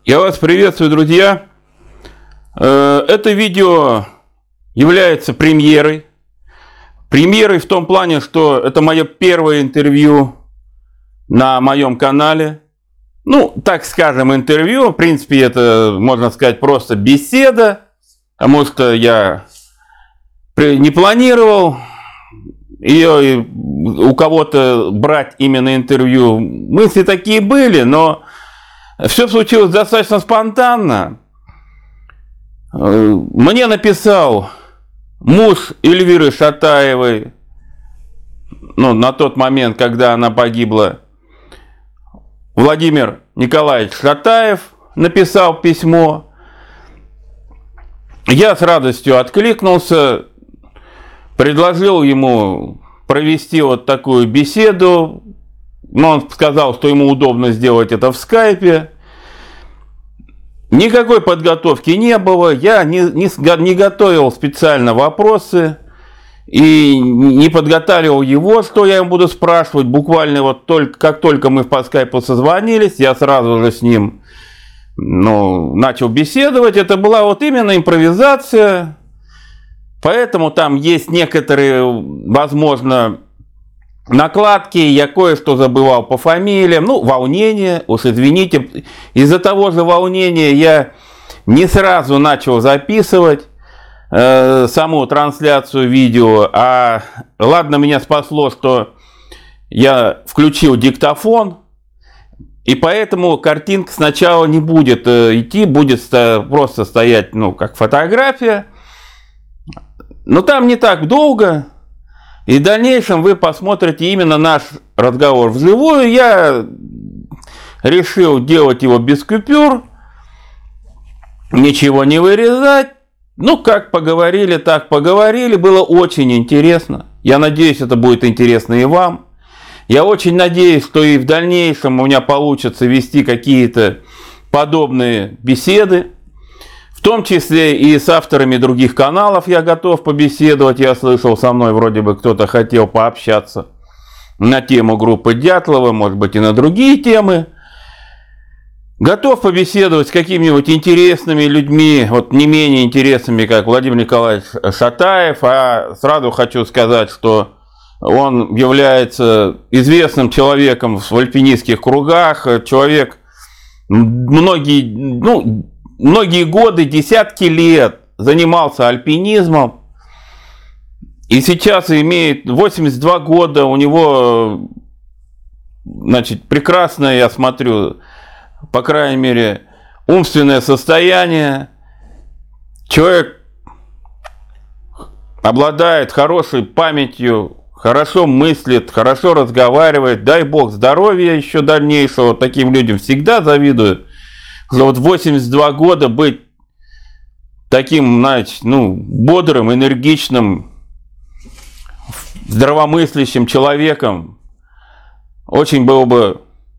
Я вас приветствую, друзья. Это видео является премьерой. Премьерой в том плане, что это мое первое интервью на моем канале. Ну, так скажем, интервью. В принципе, это, можно сказать, просто беседа. Потому что я не планировал ее у кого-то брать именно интервью. Мысли такие были, но все случилось достаточно спонтанно. Мне написал муж Эльвиры Шатаевой, на тот момент, когда она погибла, Владимир Николаевич Шатаев написал письмо. Я с радостью откликнулся, предложил ему провести вот такую беседу. Но он сказал, что ему удобно сделать это в скайпе. Никакой подготовки не было. Я не готовил специально вопросы и не подготавливал его, что я ему буду спрашивать. Буквально вот как только мы по скайпу созвонились, я сразу же с ним начал беседовать. Это была вот именно импровизация. Поэтому там есть некоторые, возможно, накладки, я кое-что забывал по фамилиям, волнение, уж извините. Из-за того же волнения я не сразу начал записывать саму трансляцию видео, ладно, меня спасло, что я включил диктофон, и поэтому картинка сначала не будет идти, будет просто стоять, как фотография, но там не так долго. И в дальнейшем вы посмотрите именно наш разговор вживую. Я решил делать его без купюр, ничего не вырезать. Как поговорили, так поговорили. Было очень интересно. Я надеюсь, это будет интересно и вам. Я очень надеюсь, что и в дальнейшем у меня получится вести какие-то подобные беседы. В том числе и с авторами других каналов я готов побеседовать. Я слышал, со мной вроде бы кто-то хотел пообщаться на тему группы Дятлова, может быть и на другие темы. Готов побеседовать с какими-нибудь интересными людьми, не менее интересными, как Владимир Николаевич Шатаев. Сразу хочу сказать, что он является известным человеком в альпинистских кругах. Человек многие годы, десятки лет занимался альпинизмом. И сейчас имеет 82 года. У него, прекрасное, я смотрю, по крайней мере, умственное состояние. Человек обладает хорошей памятью, хорошо мыслит, хорошо разговаривает. Дай бог здоровья еще дальнейшего. Таким людям всегда завидую. Что в 82 года быть таким, бодрым, энергичным, здравомыслящим человеком очень было бы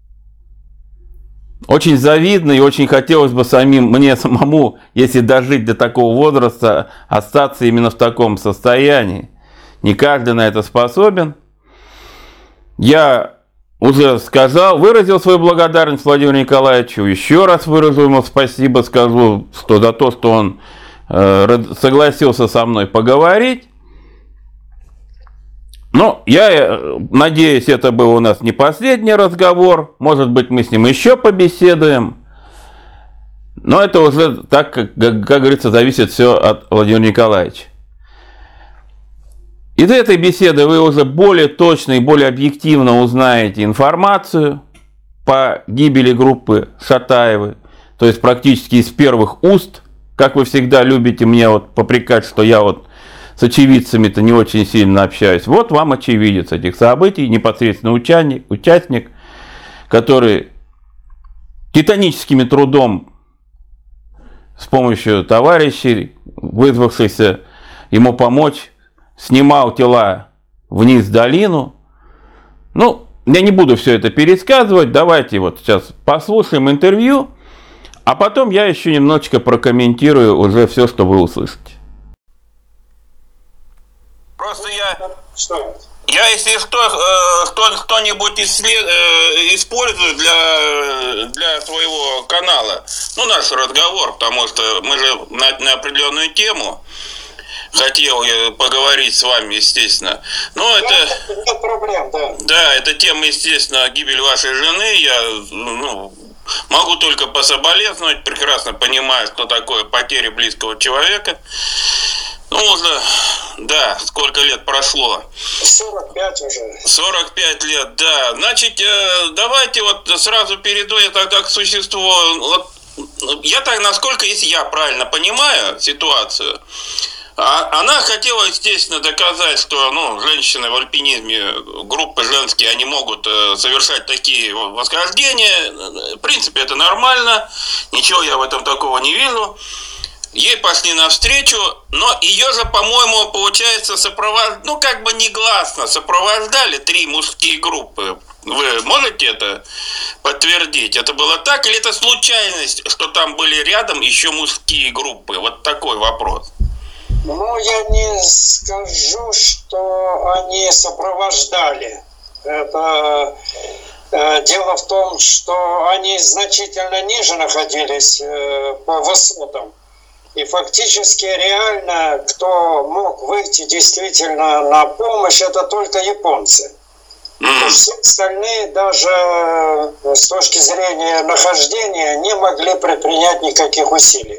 очень завидно, и очень хотелось бы мне самому, если дожить до такого возраста, остаться именно в таком состоянии. Не каждый на это способен. Я уже выразил свою благодарность Владимиру Николаевичу, еще раз выражу ему спасибо, скажу, что за то, что он согласился со мной поговорить. Я надеюсь, это был у нас не последний разговор, может быть, мы с ним еще побеседуем, но это уже так, как говорится, зависит все от Владимира Николаевича. Из этой беседы вы уже более точно и более объективно узнаете информацию по гибели группы Шатаевой, то есть практически из первых уст, как вы всегда любите мне попрекать, что я с очевидцами-то не очень сильно общаюсь. Вот вам очевидец этих событий, непосредственно участник, который титаническим трудом с помощью товарищей, вызвавшихся ему помочь, снимал тела вниз в долину. Я не буду все это пересказывать. Давайте сейчас послушаем интервью, а потом я еще немножечко прокомментирую уже все, что вы услышите. Просто я Я, если что-нибудь использую для своего канала, ну, наш разговор, потому что мы же на определенную тему хотел я поговорить с вами, естественно. Но это... Нет проблем, да. Да, это тема, естественно, гибель вашей жены. Я, ну, могу только пособолезновать, прекрасно понимаю, что такое потеря близкого человека. Ну, уже, да, сколько лет прошло? 45 уже. 45 лет, да. Значит, давайте вот сразу перейду я тогда к существу. Вот, я так, насколько, если я правильно понимаю ситуацию, она хотела, естественно, доказать, что, ну, женщины в альпинизме, группы женские, они могут совершать такие восхождения. В принципе, это нормально. Ничего я в этом такого не вижу. Ей пошли навстречу, но ее же, по-моему, получается, ну, как бы негласно сопровождали 3 мужские группы. Вы можете это подтвердить? Это было так или это случайность, что там были рядом еще мужские группы? Вот такой вопрос. Ну, я не скажу, что они сопровождали. Это дело в том, что они значительно ниже находились по высотам. И фактически реально, кто мог выйти действительно на помощь, это только японцы. Все остальные даже с точки зрения нахождения не могли предпринять никаких усилий.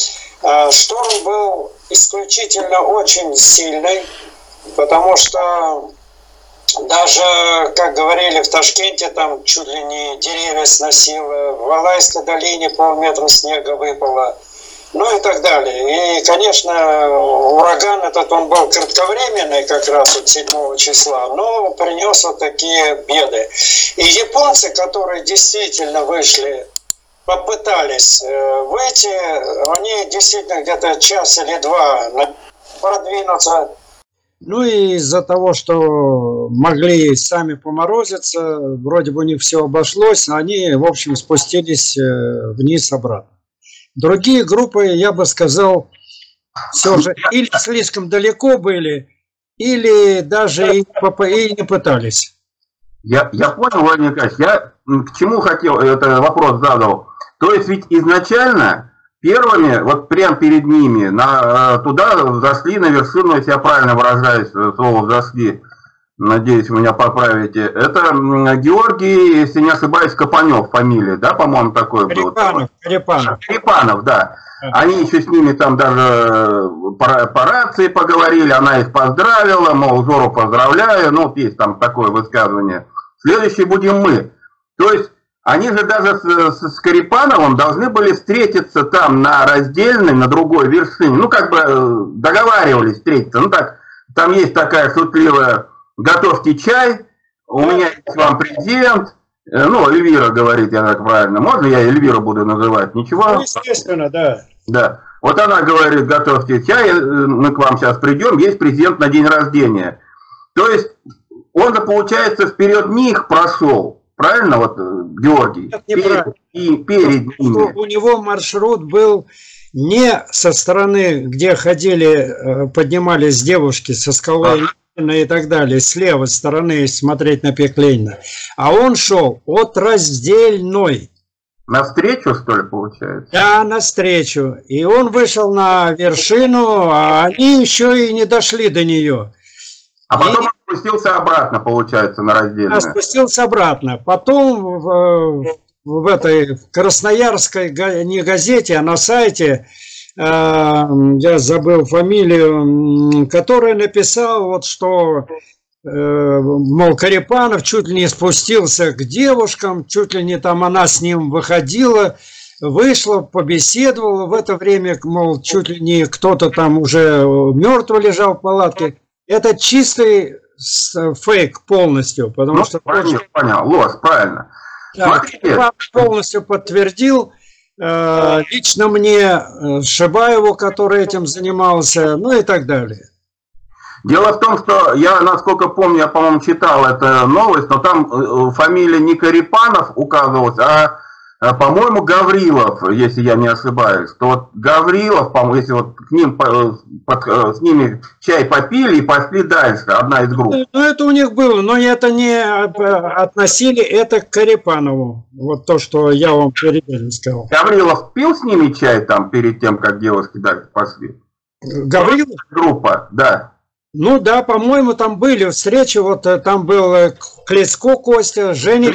Шторм был исключительно очень сильный, потому что даже, как говорили в Ташкенте, там чуть ли не деревья сносило, в Алайской долине полметра снега выпало, ну и так далее. И, конечно, ураган этот, он был кратковременный как раз от 7 числа, но принес вот такие беды. И японцы, которые действительно вышли, попытались выйти, они действительно где-то час или 2 продвинуться. Ну и из-за того, что могли сами поморозиться, вроде бы у них все обошлось, они, в общем, спустились вниз обратно. Другие группы, я бы сказал, все же или слишком далеко были, или даже и не пытались. Я понял, Владимир Николаевич, я к чему хотел, это вопрос задал. То есть ведь изначально первыми, вот прямо перед ними, туда взошли на вершину, если я правильно выражаюсь, слово взошли, надеюсь, вы меня поправите, это Георгий, если не ошибаюсь, Копанев фамилия, да, по-моему, такой был? Карипанов, да. Они еще с ними там даже по рации поговорили, она их поздравила, мол, Зору поздравляю, ну, есть там такое высказывание. Следующий будем мы. То есть, они же даже с Карипановым должны были встретиться там на раздельной, на другой вершине, ну, как бы договаривались встретиться, ну, так, там есть такая шутливая «готовьте чай», у меня есть вам презент, ну, Эльвира говорит, я так правильно, можно я Эльвиру буду называть, ничего? Ну, естественно, да. Да, вот она говорит, готовьте чай, мы к вам сейчас придем, есть презент на день рождения. То есть, он же, получается, вперед них прошел, правильно, вот, Георгий? Перед ними. У него маршрут был не со стороны, где ходили, поднимались девушки со скалы и так далее, с левой стороны смотреть на пик Ленина, а он шел от раздельной. Навстречу, что ли, получается? Да, навстречу. И он вышел на вершину, а они еще и не дошли до нее. А потом он спустился обратно, получается, на раздельную. Спустился обратно. Потом в этой красноярской, не газете, а на сайте, я забыл фамилию, который написал, вот что, мол, Карипанов чуть ли не спустился к девушкам, чуть ли не там она с ним выходила, вышла, побеседовала, в это время, мол, чуть ли не кто-то там уже мертвый лежал в палатке. Это чистый фейк полностью, потому что... Понял, ложь, правильно. Да, полностью подтвердил. Лично мне Шибаеву, который этим занимался, ну и так далее. Дело в том, что я, насколько помню, я, по-моему, читал эту новость, но там фамилия не Карипанов указывалась, а по-моему, Гаврилов, если я не ошибаюсь, то вот Гаврилов, по-моему, если вот к ним, с ними чай попили и пошли дальше, одна из групп. Ну, это у них было, но это не относили это к Карипанову. Вот то, что я вам перед сказал. Гаврилов пил с ними чай там перед тем, как девушки дальше пошли? Гаврилов? Группа, да. Ну да, по-моему, там были встречи, вот там был Клицко Костя, Женя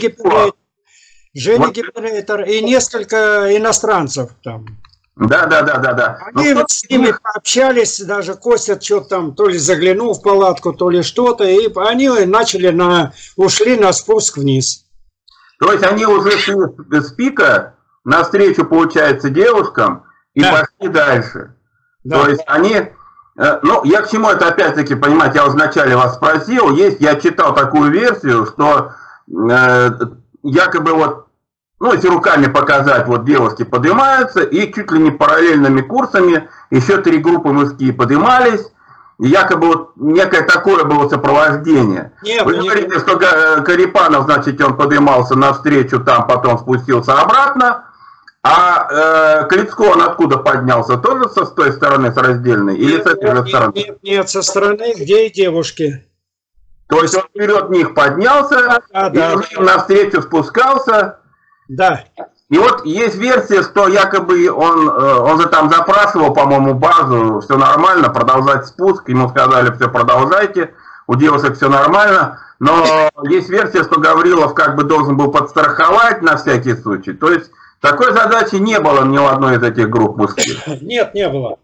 Гиперейтер и несколько иностранцев там. Да. Они вот с ними пообщались, даже Костя что-то там то ли заглянул в палатку, то ли что-то, и они ушли на спуск вниз. То есть они уже шли с пика навстречу, получается, девушкам и пошли дальше. Да. То есть они... Ну, я к чему это опять-таки, понимаете, я уже вначале вас спросил, я читал такую версию, что якобы вот, ну, если руками показать, вот девушки поднимаются, и чуть ли не параллельными курсами еще 3 группы мужские поднимались, и якобы вот некое такое было сопровождение. Вы говорите, что Карипанов, значит, он поднимался навстречу, там потом спустился обратно, а Клицко он откуда поднялся? Тоже с той стороны, с раздельной? Или с этой же стороны? Нет, со стороны, где и девушки. То есть он вперед них поднялся, и навстречу спускался. Да. И вот есть версия, что якобы он же там запрашивал, по-моему, базу, все нормально, продолжать спуск. Ему сказали, все, продолжайте, у девушек все нормально. Но есть версия, что Гаврилов как бы должен был подстраховать на всякий случай. То есть такой задачи не было ни у одной из этих групп мужских. Нет, не было.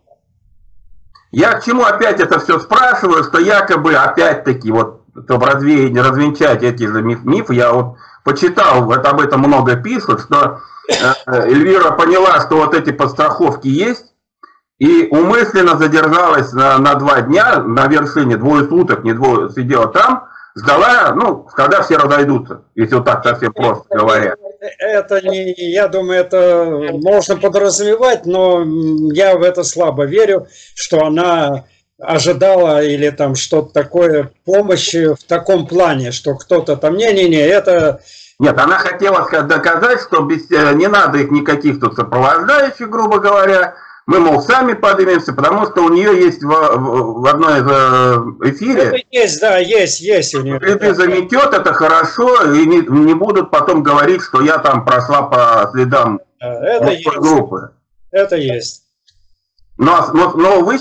Я к чему опять это все спрашиваю, что якобы опять-таки, вот, чтобы развенчать эти же мифы, я вот почитал, вот об этом много пишут, что Эльвира поняла, что вот эти подстраховки есть, и умышленно задержалась на 2 дня на вершине, 2 суток, сидела там, ждала, ну, когда все разойдутся, если вот так совсем просто говоря. Это не, я думаю, это можно подразумевать, но я в это слабо верю, что она ожидала или там что-то такое, помощи в таком плане, что кто-то там, это... Нет, она хотела доказать, что не надо их никаких тут сопровождающих, грубо говоря, мы, мол, сами поднимемся, потому что у нее есть в одной из эфире... Это есть, да, есть у нее. Следы заметет, это хорошо, и не будут потом говорить, что я там прошла по следам группы. Это есть. Но вы,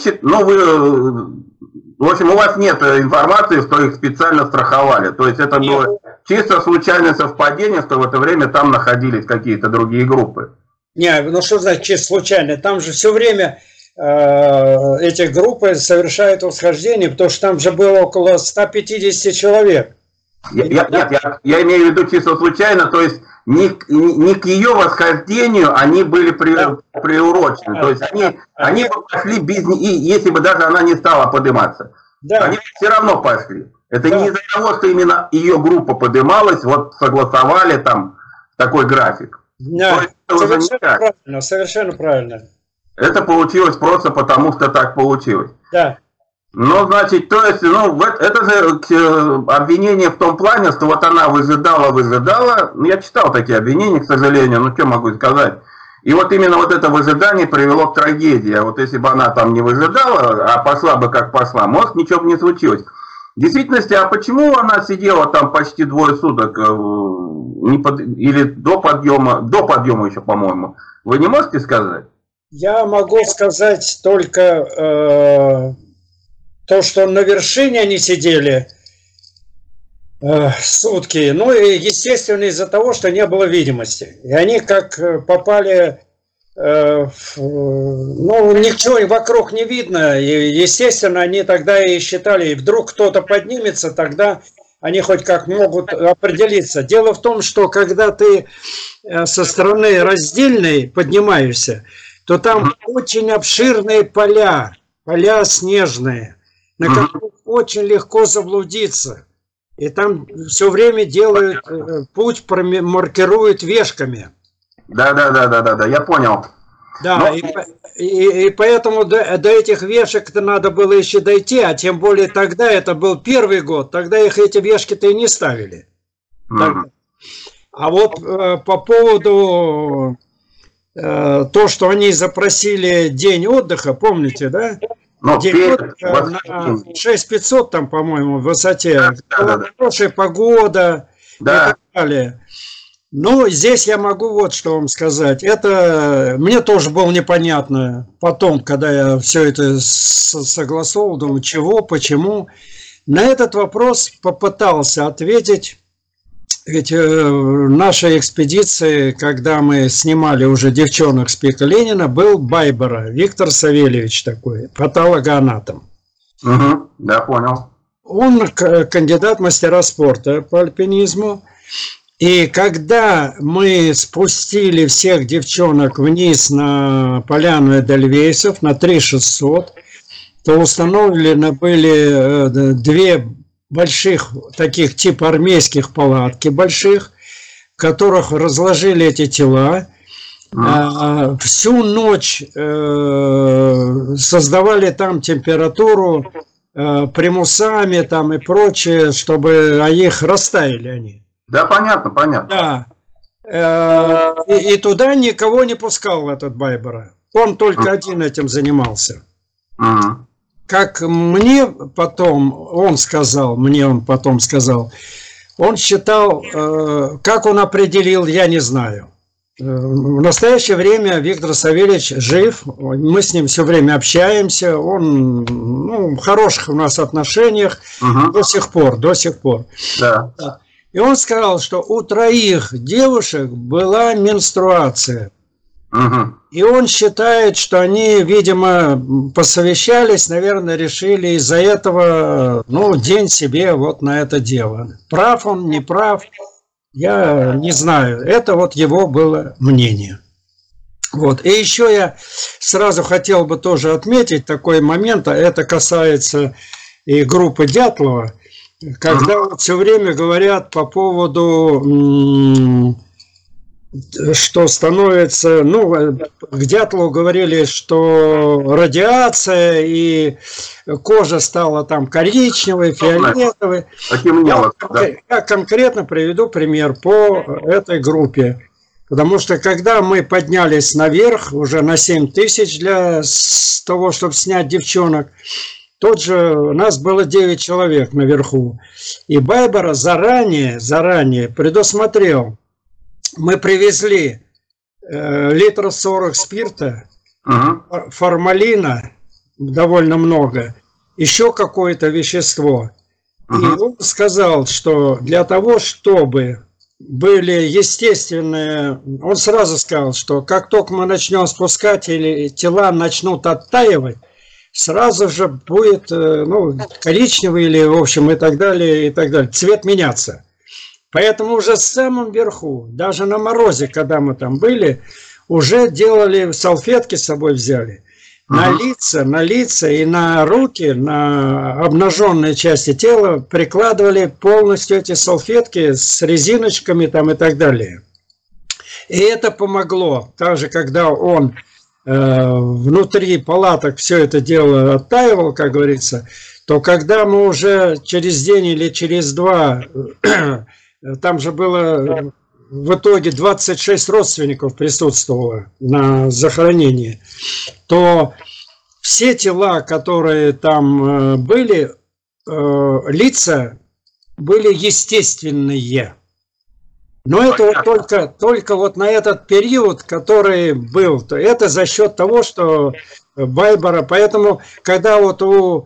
в общем, у вас нет информации, что их специально страховали. То есть это было чисто случайное совпадение, что в это время там находились какие-то другие группы. Не, ну что значит чисто случайно? Там же все время эти группы совершают восхождение, потому что там же было около 150 человек. Я имею в виду чисто случайно, то есть не к ее восхождению они были приурочены. То есть они бы пошли без нее, если бы даже она не стала подниматься. Да. Они все равно пошли. Это не из-за того, что именно ее группа поднималась, вот согласовали там такой график. Да, совершенно правильно. Это получилось просто потому, что так получилось. Да. Ну, значит, то есть, это же обвинение в том плане, что вот она выжидала. Я читал такие обвинения, к сожалению, что могу сказать. И вот именно вот это выжидание привело к трагедии. А вот если бы она там не выжидала, а пошла бы как пошла, может, ничего бы не случилось. В действительности, а почему она сидела там почти 2 суток, или до подъема еще, по-моему, вы не можете сказать? Я могу сказать только то, что на вершине они сидели сутки, ну и естественно из-за того, что не было видимости. И они как попали, ничего вокруг не видно, и естественно они тогда и считали, и вдруг кто-то поднимется, тогда они хоть как могут определиться. Дело в том, что когда ты со стороны раздельной поднимаешься, то там очень обширные поля снежные, на которых очень легко заблудиться. И там все время делают путь, маркируют вешками. Да, я понял. Да, и поэтому до этих вешек-то надо было еще дойти, а тем более тогда, это был первый год, тогда их эти вешки-то и не ставили. А вот по поводу то, что они запросили день отдыха, помните, да? Ну, День отдыха на 6500 там, по-моему, в высоте. Да. Хорошая погода и так далее. Ну, здесь я могу вот что вам сказать. Это мне тоже было непонятно. Потом, когда я все это согласовал, думаю, чего, почему. На этот вопрос попытался ответить. Ведь в нашей экспедиции, когда мы снимали уже девчонок с пика Ленина, был Байбера, Виктор Савельевич такой, патологоанатом. Угу, да, понял. Он кандидат мастера спорта по альпинизму. И когда мы спустили всех девчонок вниз на поляну Эдельвейсов на 3600, то установлены были две больших, таких типа армейских палатки больших, в которых разложили эти тела. Всю ночь создавали там температуру примусами там и прочее, чтобы их растаяли они. Да, понятно, понятно. Да. И туда никого не пускал этот Байбера. Он только один этим занимался. Как мне потом он сказал, он считал, как он определил, я не знаю. В настоящее время Виктор Савельевич жив, мы с ним все время общаемся, он в хороших у нас отношениях до сих пор. Да. И он сказал, что у 3 девушек была менструация. И он считает, что они, видимо, посовещались, наверное, решили из-за этого, день себе вот на это дело. Прав он, не прав, я не знаю. Это вот его было мнение. Вот. И еще я сразу хотел бы тоже отметить такой момент, а это касается и группы Дятлова, когда вот все время говорят по поводу... что становится, к Дятлову говорили, что радиация и кожа стала там коричневой, фиолетовой. Я конкретно приведу пример по этой группе. Потому что когда мы поднялись наверх, уже на 7000 для того, чтобы снять девчонок, у нас было 9 человек наверху. И Байбера заранее предусмотрел. Мы привезли литров 40 спирта, формалина довольно много, еще какое-то вещество. И он сказал, что для того, чтобы были естественные... Он сразу сказал, что как только мы начнем спускать или тела начнут оттаивать, сразу же будет коричневый или, в общем, и так далее, цвет меняться. Поэтому уже с самым верху, даже на морозе, когда мы там были, уже делали, салфетки с собой взяли. На лица и на руки, на обнаженные части тела прикладывали полностью эти салфетки с резиночками там и так далее. И это помогло. Также, когда он внутри палаток все это дело оттаивал, как говорится, то когда мы уже через день или через 2... Там же было в итоге 26 родственников присутствовало на захоронении. То все тела, которые там были, лица были естественные. Но это вот только вот на этот период, который был, то это за счет того, что Байбера. Поэтому, когда вот у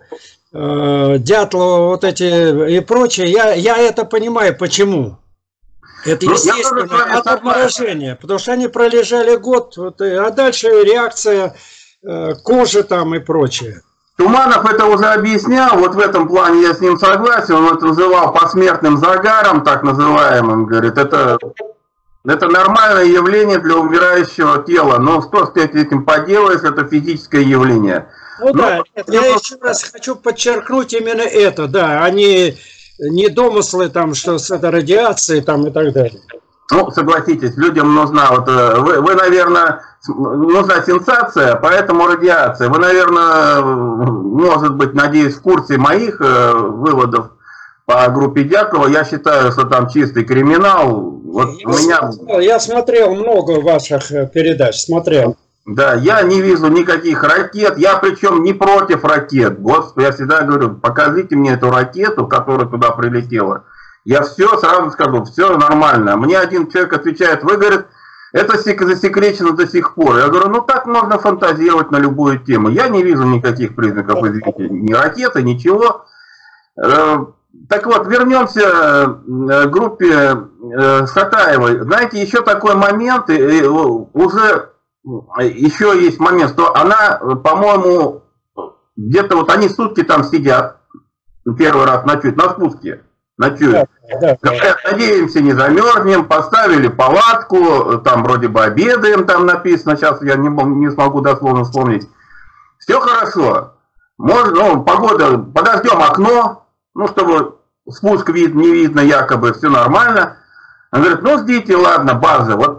Дятлова вот эти и прочее, я это понимаю, почему. Это естественно от обморожения, потому что они пролежали год, а дальше реакция кожи там и прочее. Туманов это уже объяснял, вот в этом плане я с ним согласен, он это называл посмертным загаром, так называемым, говорит, это нормальное явление для умирающего тела, но что с этим поделаешь, это физическое явление. Да, я еще раз хочу подчеркнуть именно это, да, они не домыслы там, что с этой радиацией там и так далее. Согласитесь, людям нужна, вы, наверное, нужна сенсация, поэтому радиация. Вы, наверное, может быть, надеюсь, в курсе моих выводов по группе Дятлова. Я считаю, что там чистый криминал. Вот у меня... Я смотрел много ваших передач, смотрел. Да, я не вижу никаких ракет, я причем не против ракет. Господи, я всегда говорю, покажите мне эту ракету, которая туда прилетела. Я все сразу скажу, все нормально. Мне один человек отвечает, вы, говорит, это засекречено до сих пор. Я говорю, ну так можно фантазировать на любую тему. Я не вижу никаких признаков, извините, ни ракеты, ничего. Так вот, вернемся к группе Хатаевой. Знаете, еще такой момент, уже еще есть момент, что она, по-моему, где-то вот они сутки там сидят, первый раз ночуют, на спуске ночуют. Говорят, надеемся, не замерзнем, поставили палатку, там вроде бы обедаем, там написано, сейчас я не смогу дословно вспомнить. Все хорошо. Можно, ну, погода, подождем окно, ну, чтобы спуск не видно, якобы, все нормально. Он говорит, ну, ждите, ладно, база, вот.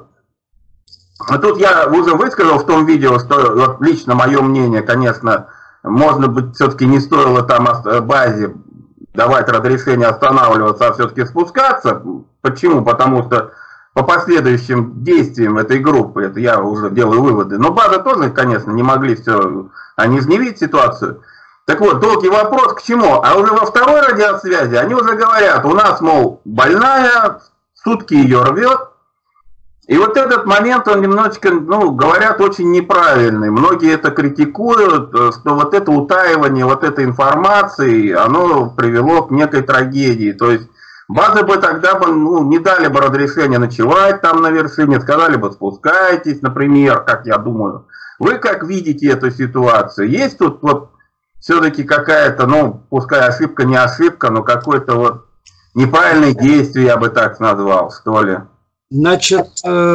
А тут я уже высказал в том видео, что вот лично мое мнение, конечно, может быть, все-таки не стоило там базе давать разрешение останавливаться, а все-таки спускаться. Почему? Потому что по последующим действиям этой группы, это я уже делаю выводы, но база тоже, конечно, не могли все, они же не видят ситуацию. Так вот, долгий вопрос к чему? А уже во второй радиосвязи они уже говорят, у нас, мол, больная, сутки ее рвет. И вот этот момент, он немножечко, ну, говорят, очень неправильный. Многие это критикуют, что вот это утаивание вот этой информации, оно привело к некой трагедии. То есть базы бы тогда бы, ну, не дали бы разрешения ночевать там на вершине, сказали бы спускайтесь, например, как я думаю. Вы как видите эту ситуацию? Есть тут вот все-таки какая-то, ну, пускай ошибка, не ошибка, но какое-то вот неправильное действие, я бы так назвал, что ли? Значит,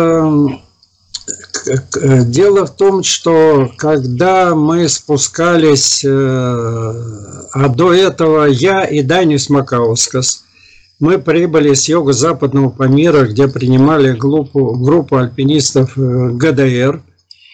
дело в том, что когда мы спускались, а до этого я и Данис Макаускас, мы прибыли с юго-западного Памира, где принимали группу альпинистов ГДР.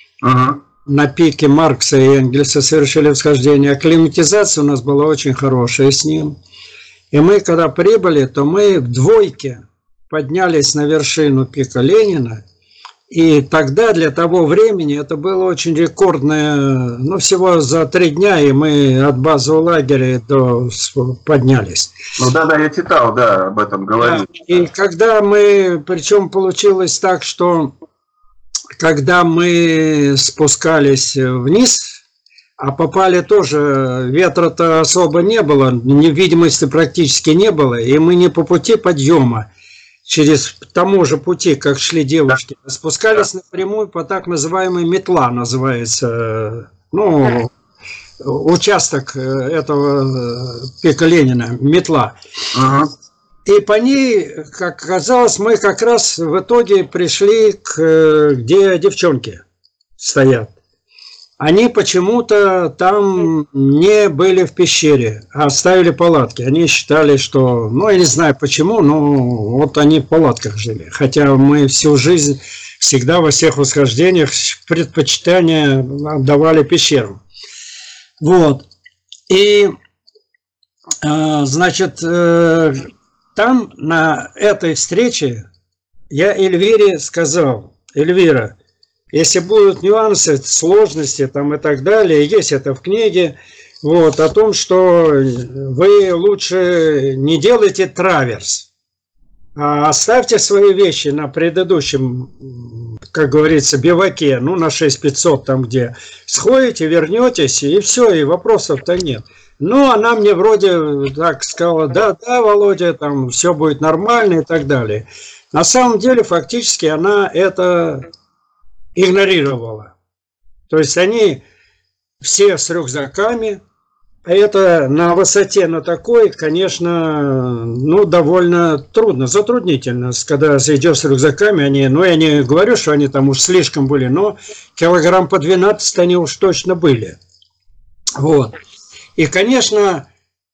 На пике Маркса и Энгельса совершили восхождение. Акклиматизация у нас была очень хорошая с ним. И мы, когда прибыли, то мы в двойке поднялись на вершину пика Ленина, и тогда для того времени это было очень рекордное, ну, всего за 3 дня, и мы от базового лагеря поднялись. Ну да, я читал, да, об этом говорили. Да, и когда мы, причем получилось так, что когда мы спускались вниз, а попали тоже, ветра-то особо не было, видимости практически не было, и мы не по пути подъема, через тому же пути, как шли девушки, спускались напрямую по так называемой метла, называется, ну, участок этого пика Ленина, метла. И по ней, как оказалось, мы как раз в итоге пришли где девчонки стоят. Они почему-то там не были в пещере, а оставили палатки. Они считали, что, ну, я не знаю почему, но вот они в палатках жили. Хотя мы всю жизнь всегда во всех восхождениях предпочитание отдавали пещерам. Вот. И, значит, там на этой встрече я Эльвире сказал, Эльвира, если будут нюансы, сложности там и так далее, есть это в книге, вот, о том, что вы лучше не делайте траверс, а оставьте свои вещи на предыдущем, как говорится, биваке, ну, на 6500 там где, сходите, вернетесь, и все, и вопросов-то нет. Ну, она мне вроде так сказала, да, Володя, там все будет нормально и так далее. На самом деле, фактически, она это игнорировала. То есть они все с рюкзаками, а это на высоте на такой, конечно, ну, довольно трудно, затруднительно, когда идешь с рюкзаками, они, ну, я не говорю, что они там уж слишком были, но килограмм по 12 они уж точно были. Вот. И, конечно,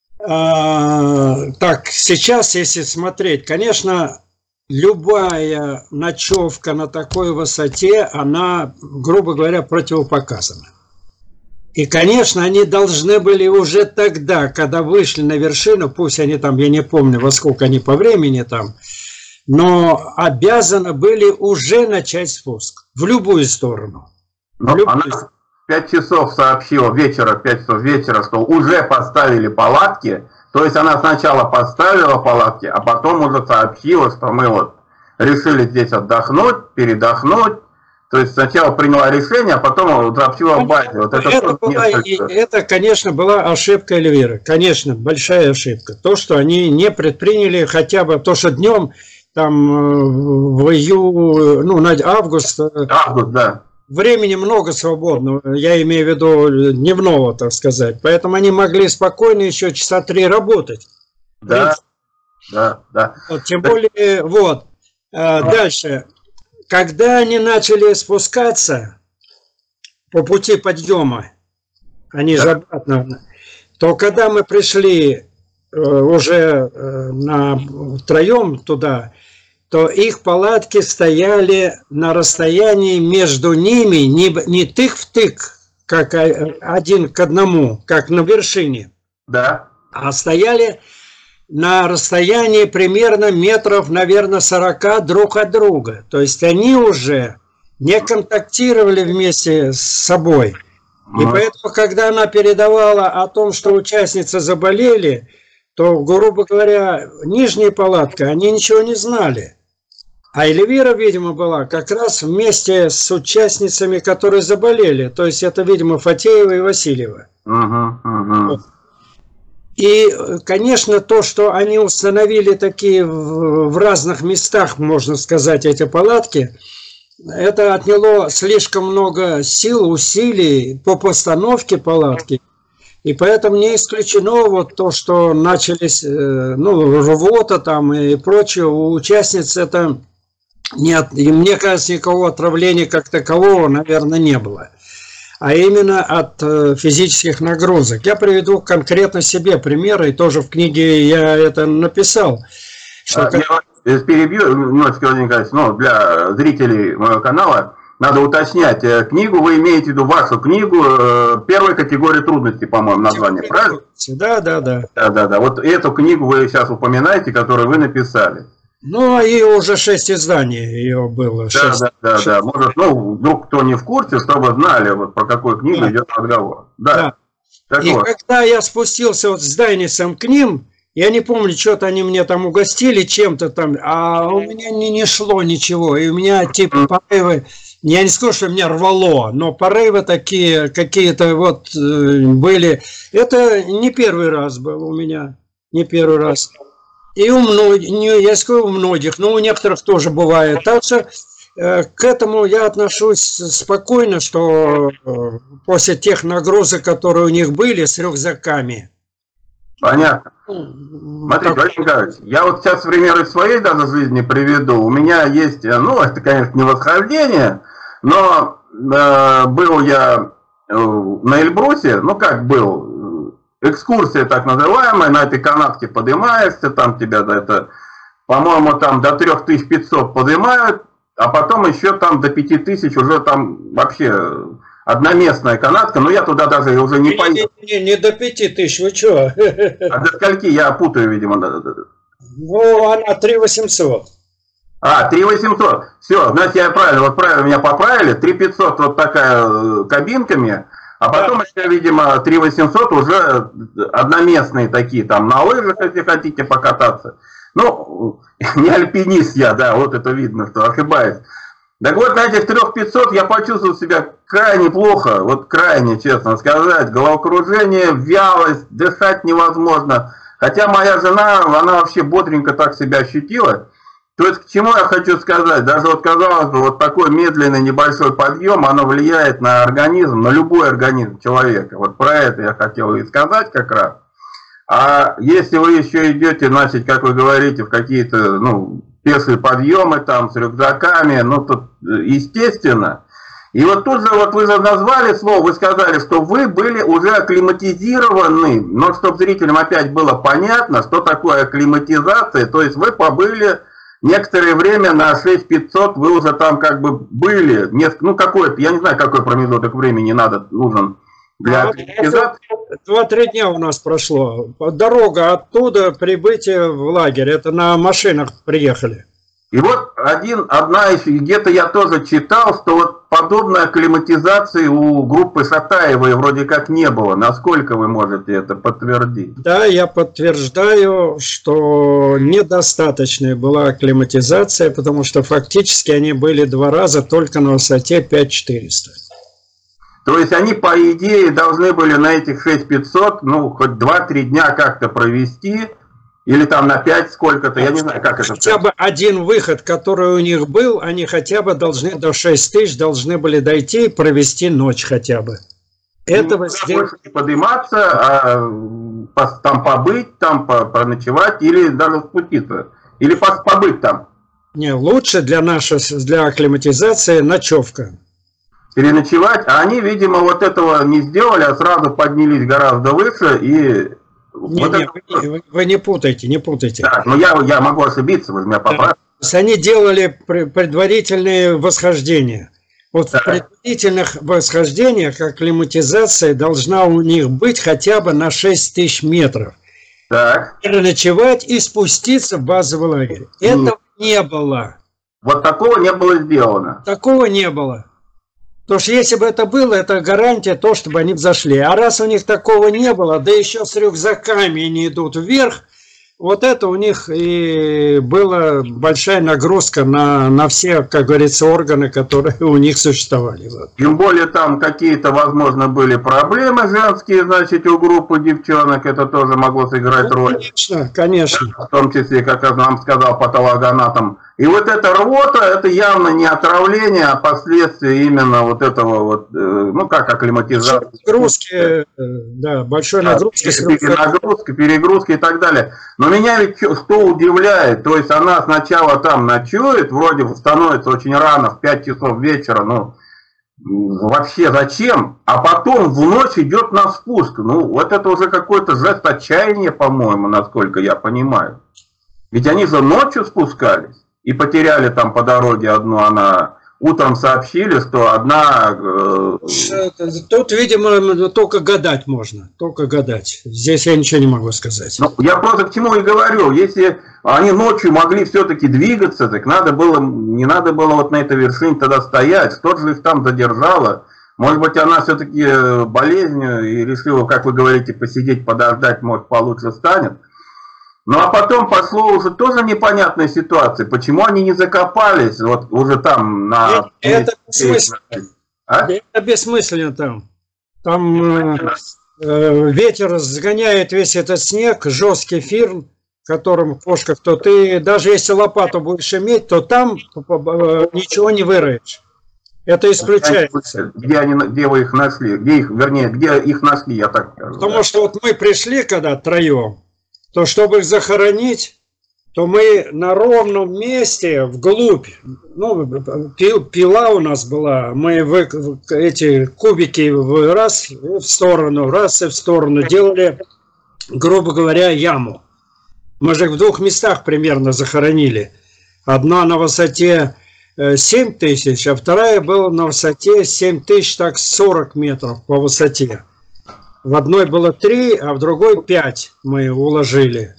так, сейчас, если смотреть, конечно, любая ночевка на такой высоте, она, грубо говоря, противопоказана. И, конечно, они должны были уже тогда, когда вышли на вершину, пусть они там, я не помню, во сколько они по времени там, но обязаны были уже начать спуск в любую сторону. Но она в 5 часов сообщила, вечера, 5 часов вечера, что уже поставили палатки. То есть она сначала поставила палатки, а потом уже сообщила, что мы вот решили здесь отдохнуть, передохнуть. То есть сначала приняла решение, а потом сообщила в базе. Вот это, конечно, была ошибка Эльвиры. Конечно, большая ошибка. То, что они не предприняли хотя бы то, что днем, там, в июль, ну, на август, да. Времени много свободного, я имею в виду дневного, так сказать. Поэтому они могли спокойно еще часа 3 работать. Да, да. Вот, тем более, вот. Дальше. Когда они начали спускаться по пути подъема, они же обратно, то когда мы пришли уже втроем туда, то их палатки стояли на расстоянии между ними, не тык в тык, как один к одному, как на вершине, да, а стояли на расстоянии примерно метров, наверное, 40 друг от друга. То есть они уже не контактировали вместе с собой. И поэтому, когда она передавала о том, что участницы заболели, то, грубо говоря, нижняя палатка, они ничего не знали. А Эльвира, видимо, была как раз вместе с участницами, которые заболели. То есть это, видимо, Фатеева и Васильева. И, конечно, то, что они установили такие в разных местах, можно сказать, эти палатки, это отняло слишком много сил, усилий по постановке палатки. И поэтому не исключено вот то, что начались, рвота там и прочее. У участниц это нет, и мне кажется, никакого отравления как такового, наверное, не было. А именно от физических нагрузок. Я приведу конкретно себе примеры, и тоже в книге я это написал. Что я перебью немножечко, Владимир Николаевич, для зрителей моего канала надо уточнять. Книгу вы имеете в виду вашу книгу первой категории трудностей, по-моему, название, правильно? Да. Вот эту книгу вы сейчас упоминаете, которую вы написали. Ну, и уже 6 изданий ее было. 6. Да. Может, вдруг кто не в курсе, чтобы знали, вот про какую книгу идет разговор. Да. И когда я спустился вот с Дайнисом к ним, я не помню, что-то они мне там угостили чем-то там, а у меня не шло ничего. И у меня типа порывы, я не скажу, что меня рвало, но порывы такие какие-то вот были. Это не первый раз был у меня, не первый раз. И у многих, я скажу у многих, но у некоторых тоже бывает. Так что к этому я отношусь спокойно, что после тех нагрузок, которые у них были с рюкзаками. Понятно. Смотрите, Владимир Николаевич, я вот сейчас пример из своей даже жизни приведу. У меня есть, это, конечно, не восхождение, но был я на Эльбрусе, как был, экскурсия так называемая, на этой канатке поднимаешься, там тебя по-моему, там до 3500 поднимают, а потом еще там до 5000 уже там вообще одноместная канатка, но я туда даже уже не поеду. Не до 5000, вы что? А до скольки? Я путаю, видимо. Ну, она 3800. 3800. Все, значит, я правильно меня поправили. 3500 вот такая кабинками. А потом еще, видимо, 3800 уже одноместные такие, там, на лыжах, если хотите покататься. Не альпинист я, да, вот это видно, что ошибаюсь. Так вот, на этих 3500 я почувствовал себя крайне плохо, вот крайне, честно сказать. Головокружение, вялость, дышать невозможно. Хотя моя жена, она вообще бодренько так себя ощутила. То есть, к чему я хочу сказать? Даже вот, казалось бы, вот такой медленный небольшой подъем, оно влияет на организм, на любой организм человека. Вот про это я хотел и сказать как раз. А если вы еще идете, значит, как вы говорите, в какие-то, пешие подъемы там с рюкзаками, тут естественно. И вот тут же, вот вы же назвали слово, вы сказали, что вы были уже акклиматизированы. Но чтобы зрителям опять было понятно, что такое акклиматизация, то есть вы побыли некоторое время на 6500, вы уже там как бы были, какой-то, я не знаю, какой промежуток времени нужен для акклиматизации. 2-3 дня у нас прошло. Дорога оттуда, прибытие в лагерь, это на машинах приехали. И вот одна еще, где-то я тоже читал, что вот подобной акклиматизации у группы Шатаевой вроде как не было. Насколько вы можете это подтвердить? Да, я подтверждаю, что недостаточная была акклиматизация, потому что фактически они были 2 раза только на высоте 5400. То есть они, по идее, должны были на этих 6500, ну, хоть 2-3 дня как-то провести, или там на 5 сколько-то, я не знаю, как это. Хотя бы один выход, который у них был, они хотя бы должны до 6000 должны были дойти и провести ночь хотя бы. Этого больше не подниматься, а там побыть, там проночевать или даже спуститься. Или побыть там. Не, лучше для акклиматизации ночевка. Переночевать, а они, видимо, вот этого не сделали, а сразу поднялись гораздо выше и... Вы не путайте, не путайте. Так, но я могу ошибиться, вы меня поправите. Они делали предварительные восхождения. Вот в предварительных восхождениях акклиматизация должна у них быть хотя бы на 6000 метров. Так. Переночевать и спуститься в базовый лагерь. Этого не было. Вот такого не было сделано. Такого не было. Потому что если бы это было, это гарантия того, чтобы они взошли. А раз у них такого не было, да еще с рюкзаками они идут вверх, вот это у них и была большая нагрузка на все, как говорится, органы, которые у них существовали. Вот. Тем более там какие-то, возможно, были проблемы женские, значит, у группы девчонок, это тоже могло сыграть роль. Конечно, конечно. В том числе, как я нам сказал, патологоанатом. И вот эта рвота, это явно не отравление, а последствия именно вот этого вот, ну как акклиматизация. Нагрузки, да, большой нагрузки. Перегрузки и так далее. Но меня ведь что удивляет, то есть она сначала там ночует, вроде становится очень рано, в 5 часов вечера, ну вообще зачем? А потом в ночь идет на спуск. Ну вот это уже какой-то жест отчаяния, по-моему, насколько я понимаю. Ведь они же ночью спускались. И потеряли там по дороге одну, она утром сообщили, что одна... Тут, видимо, только гадать можно, только гадать. Здесь я ничего не могу сказать. Ну, я просто к чему и говорю, если они ночью могли все-таки двигаться, так не надо было вот на этой вершине тогда стоять, что же их там задержало? Может быть, она все-таки болезнью и решила, как вы говорите, посидеть, подождать, может, получше станет. Ну а потом пошло уже тоже непонятная ситуация. Почему они не закопались вот уже там на... Это бессмысленно. А? Это бессмысленно там. Там ветер сгоняет весь этот снег, жесткий фирн, которым в кошках, то ты даже если лопату будешь иметь, то там ничего не выроешь. Это исключается. Где вы их нашли? Где их нашли, я так скажу. Потому что вот мы пришли когда втроем, то чтобы их захоронить, то мы на ровном месте, вглубь, ну, пила у нас была, мы эти кубики раз в сторону делали, грубо говоря, яму. Мы же их в 2 местах примерно захоронили. Одна на высоте 7000, а вторая была на высоте 7040 метров по высоте. В одной было 3, а в другой 5 мы уложили.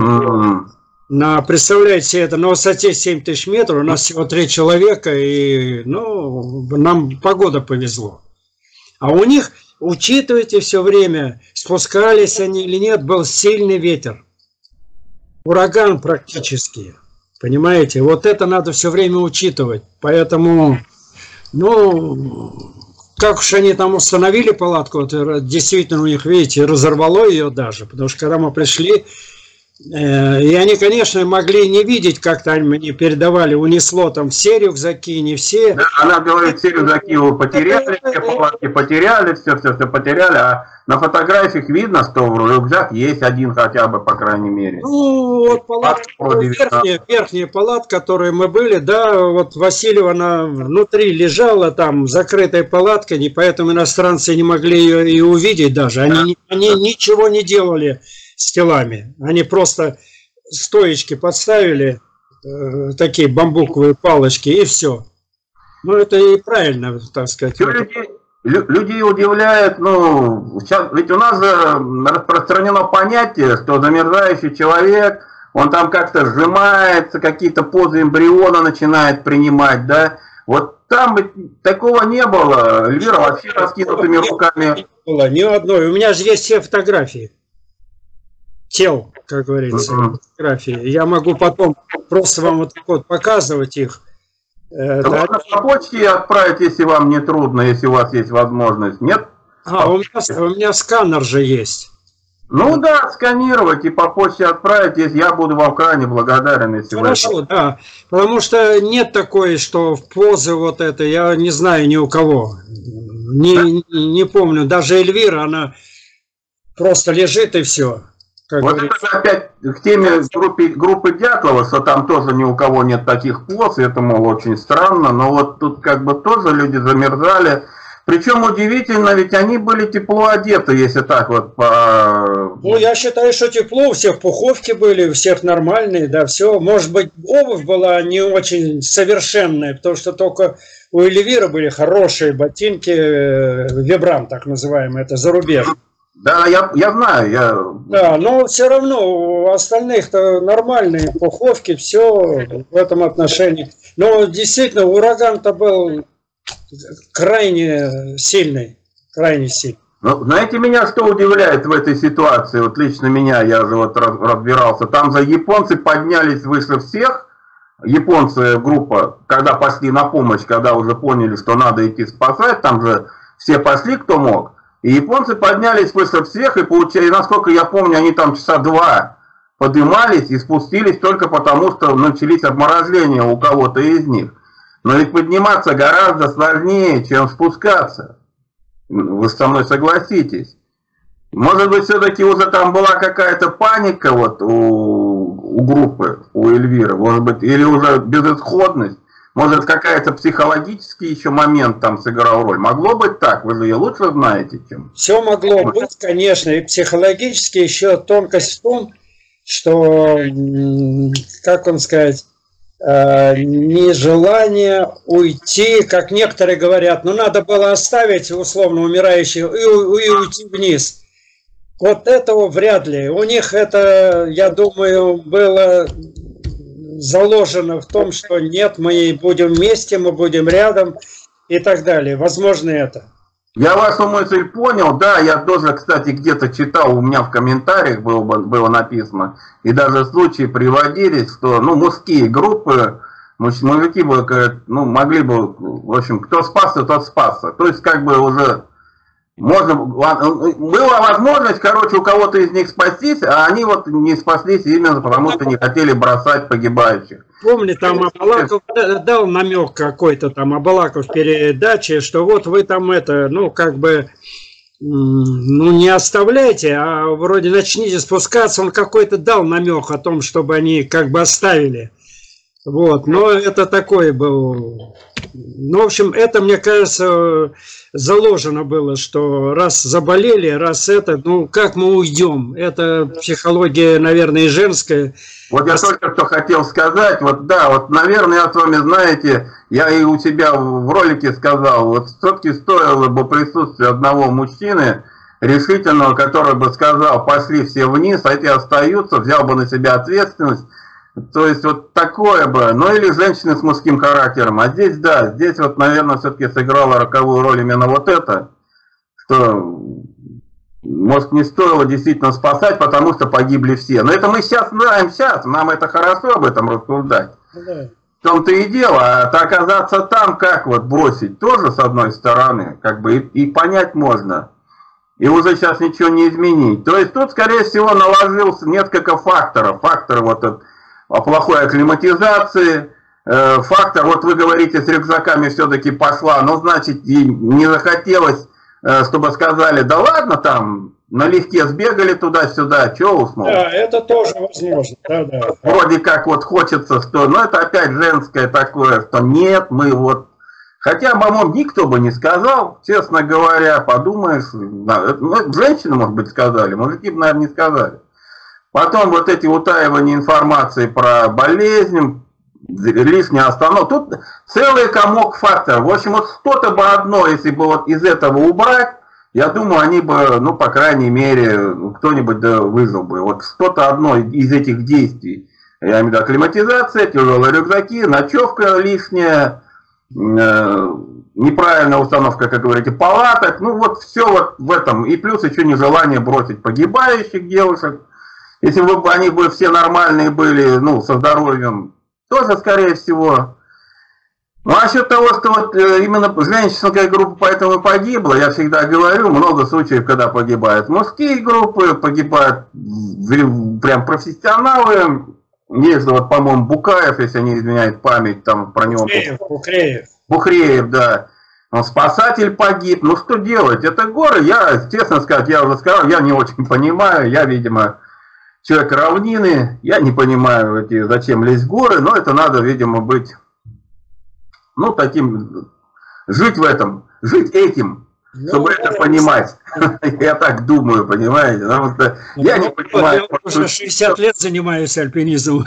Представляете, это на высоте 7000 метров, у нас всего 3 человека, и ну, нам погода повезло. А у них, учитывайте все время, спускались они или нет, был сильный ветер. Ураган практически. Понимаете? Вот это надо все время учитывать. Поэтому, ну... Как уж они там установили палатку, вот, действительно у них, видите, разорвало ее даже, потому что когда мы пришли, и они, конечно, могли не видеть, как там они передавали, унесло там все рюкзаки, не все. Да, она говорит, все рюкзаки его потеряли, все палатки потеряли, все потеряли, а на фотографиях видно, что рюкзак есть один хотя бы, по крайней мере. Ну, вот палатка, верхняя палатка, в которой мы были, да, вот Васильева, она внутри лежала, там, закрытая палатка, и поэтому иностранцы не могли ее и увидеть даже. Они ничего не делали с телами, они просто стоечки подставили, такие бамбуковые палочки, и все. Ну, это и правильно, так сказать. Людей удивляет, ну, сейчас, ведь у нас же распространено понятие, что замерзающий человек, он там как-то сжимается, какие-то позы эмбриона начинает принимать, да. Вот там такого не было. Эльвира вообще раскинутыми руками. Не было ни одной. У меня же есть все фотографии. Тел, как говорится, фотографии. Я могу потом просто вам вот так вот показывать их. Можно по почте отправить, если вам не трудно, если у вас есть возможность. Нет? У меня сканер же есть. Ну да, сканировать и по почте отправить, если я буду вам крайне благодарен, если Хорошо, да. Потому что нет такой, что в позы вот это, я не знаю ни у кого. Не помню. Даже Эльвира, она просто лежит и все. Вот это опять к теме группы Дятлова, что там тоже ни у кого нет таких поз, это, мол, очень странно, но вот тут как бы тоже люди замерзали. Причем удивительно, ведь они были тепло одеты, если так вот по... Ну, я считаю, что тепло, у всех пуховки были, у всех нормальные, да, все. Может быть, обувь была не очень совершенная, потому что только у Эльвиры были хорошие ботинки, Вибрам, так называемые, это зарубеж. Да, я знаю. Да, но все равно у остальных-то нормальные пуховки, все в этом отношении. Но действительно, ураган-то был крайне сильный, крайне сильный. Ну, знаете, меня что удивляет в этой ситуации? Вот лично меня, я же вот разбирался. Там за японцы поднялись выше всех. Японцы, группа, когда пошли на помощь, когда уже поняли, что надо идти спасать, там же все пошли, кто мог. И японцы поднялись выше всех, и получили, насколько я помню, они там часа 2 поднимались и спустились только потому, что начались обморозления у кого-то из них. Но ведь подниматься гораздо сложнее, чем спускаться. Вы со мной согласитесь. Может быть, все-таки уже там была какая-то паника вот у группы, у Эльвиры, может быть, или уже безысходность. Может, какая-то психологический еще момент там сыграл роль. Могло быть так? Вы же ее лучше знаете, чем... Все могло быть, конечно. И психологически еще тонкость в том, что, как вам сказать, нежелание уйти, как некоторые говорят, ну надо было оставить условно умирающих и уйти вниз. Вот этого вряд ли. У них это, я думаю, было... заложено в том, что нет, мы будем вместе, мы будем рядом и так далее. Возможно, это. Я вашу мысль понял, да, я тоже, кстати, где-то читал, у меня в комментариях было написано, и даже случаи приводились, что, ну, мужские группы, мужики бы, ну, могли бы, в общем, кто спасся, тот спасся. То есть, как бы уже... была возможность, короче, у кого-то из них спастись, а они вот не спаслись именно потому, что не хотели бросать погибающих. Помню, там Абалаков дал намек какой-то там, Абалаков в передаче, что вот вы там это, ну, как бы, ну, не оставляйте, а вроде начните спускаться, он какой-то дал намек о том, чтобы они как бы оставили. Вот, но это такое был... Ну, в общем, это, мне кажется, заложено было, что раз заболели, раз это, ну, как мы уйдем? Это психология, наверное, и женская. Вот я только что хотел сказать, вот да, вот, наверное, я с вами, знаете, я и у себя в ролике сказал, вот все-таки стоило бы присутствие одного мужчины, решительного, который бы сказал, пошли все вниз, а эти остаются, взял бы на себя ответственность. То есть вот такое бы, ну или женщины с мужским характером. А здесь, да, здесь вот, наверное, все-таки сыграла роковую роль именно вот это, что, может, не стоило действительно спасать, потому что погибли все. Но это мы сейчас знаем, нам это хорошо об этом рассуждать. В том-то и дело, а оказаться там, как вот бросить, тоже с одной стороны, как бы и понять можно. И уже сейчас ничего не изменить. То есть тут, скорее всего, наложился несколько факторов. Факторы вот этот, плохой акклиматизации, фактор, вот вы говорите, с рюкзаками все-таки пошла, но значит и не захотелось, чтобы сказали, да ладно, там налегке сбегали туда-сюда, что уснул. Да, это тоже возможно, да. Вроде как вот хочется, что, ну это опять женское такое, что нет, мы вот, хотя, по-моему, никто бы не сказал, честно говоря, подумаешь, да, ну, женщины, может быть, сказали, мужики бы, наверное, не сказали. Потом вот эти утаивания информации про болезнь, лишняя остановка. Тут целый комок факторов. В общем, вот что-то бы одно, если бы вот из этого убрать, я думаю, они бы, ну, по крайней мере, кто-нибудь да выжил бы. Вот что-то одно из этих действий, я имею в виду акклиматизация, тяжелые рюкзаки, ночевка лишняя, неправильная установка, как говорите, палаток, ну вот все вот в этом. И плюс еще нежелание бросить погибающих девушек. Если бы они бы все нормальные были, ну, со здоровьем, тоже, скорее всего. Ну, а счет того, что вот именно женская группа поэтому и погибла, я всегда говорю, много случаев, когда погибают мужские группы, погибают прям профессионалы. Есть вот, по-моему, Букаев, если не изменяет память, там про него... Бухреев, да. Он спасатель погиб. Ну, что делать? Это горы. Я, честно сказать, я уже сказал, я не очень понимаю. Я, видимо, человек равнины. Я не понимаю, зачем лезть в горы, но это надо, видимо, быть, ну, таким, жить в этом, жить этим, чтобы это понимать. Я так думаю, понимаете? Потому что я не понимаю. Я уже 60 лет занимаюсь альпинизмом.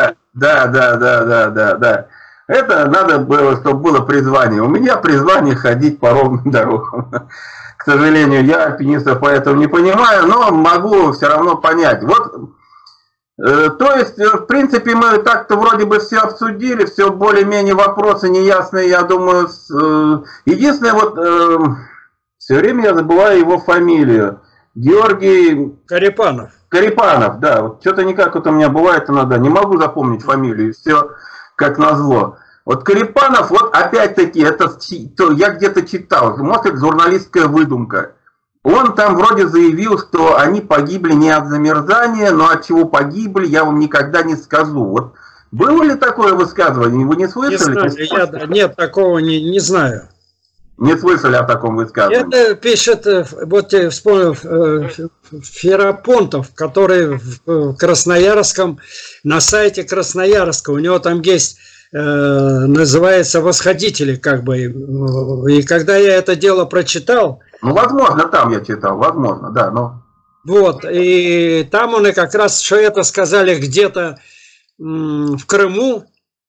Да. Это надо было, чтобы было призвание. У меня призвание ходить по ровным дорогам. К сожалению, я альпинистов поэтому не понимаю, но могу все равно понять. Вот, то есть, в принципе, мы так-то вроде бы все обсудили, все более-менее вопросы неясные, я думаю. Единственное, вот, все время я забываю его фамилию. Георгий... Карипанов, да. Вот что-то никак вот у меня бывает иногда. Не могу запомнить фамилию, все как назло. Вот Карипанов, вот опять-таки, это я где-то читал, может, это журналистская выдумка. Он там вроде заявил, что они погибли не от замерзания, но от чего погибли, я вам никогда не скажу. Вот было ли такое высказывание? Вы не слышали? Нет, такого не знаю. Не слышали о таком высказывании? Это пишет, вот я вспомнил, Ферапонтов, который в Красноярском, на сайте Красноярска, у него там есть, называется «Восходители», как бы. И когда я это дело прочитал... Ну, возможно, там я читал, возможно, да, но... Вот, и там он и как раз, что это сказали где-то в Крыму,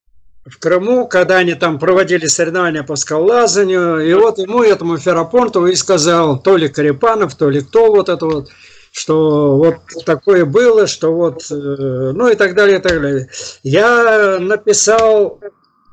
когда они там проводили соревнования по скалолазанию, и вот ему, этому Ферапонтову, и сказал, то ли Карипанов, то ли кто вот это вот, что вот такое было, что вот, ну и так далее, и так далее. Я написал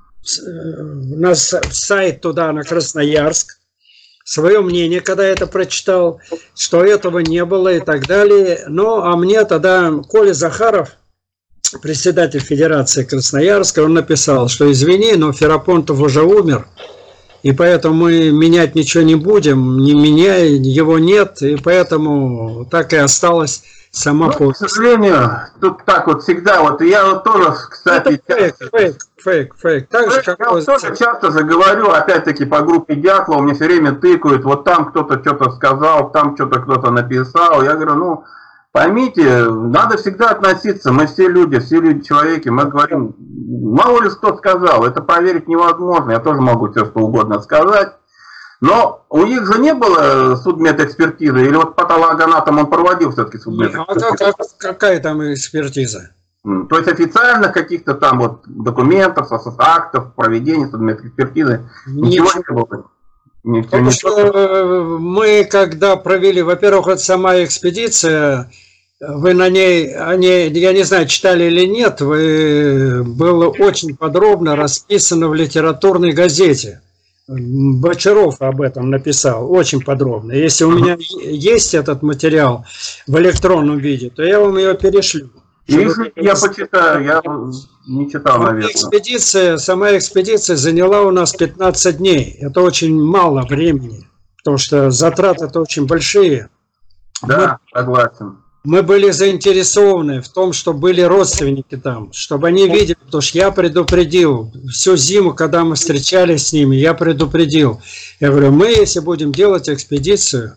на сайт туда, на Красноярск, свое мнение, когда я это прочитал, что этого не было и так далее. Ну, а мне тогда Коля Захаров, председатель Федерации Красноярска, он написал, что извини, но Ферапонтов уже умер, и поэтому мы менять ничего не будем, не меняя, его нет, и поэтому так и осталась сама повесть. К сожалению, тут так вот всегда, вот я вот тоже, кстати... Фейк. Так же, как я вот тоже часто же говорю, опять-таки, по группе Дятлова, мне все время тыкают, вот там кто-то что-то сказал, там что-то кто-то написал, я говорю, ну... Поймите, надо всегда относиться, мы все люди человеки, мы говорим, мало ли кто сказал, это проверить невозможно, я тоже могу все что угодно сказать, но у них же не было судмедэкспертизы, или вот патологоанатом он проводил все-таки судмедэкспертизу? Какая там экспертиза? То есть официальных каких-то там вот документов, актов, проведения судмедэкспертизы ничего не было? Потому что мы, когда провели, во-первых, это сама экспедиция, вы на ней, я не знаю, читали или нет, было очень подробно расписано в литературной газете. Бочаров об этом написал, очень подробно. Если у меня есть этот материал в электронном виде, то я вам ее перешлю. Я почитаю, я не читал, наверное. Сама экспедиция заняла у нас 15 дней. Это очень мало времени, потому что затраты-то очень большие. Да, согласен. Мы были заинтересованы в том, что были родственники там, чтобы они видели, потому что я предупредил всю зиму, когда мы встречались с ними, я предупредил. Я говорю, мы, если будем делать экспедицию,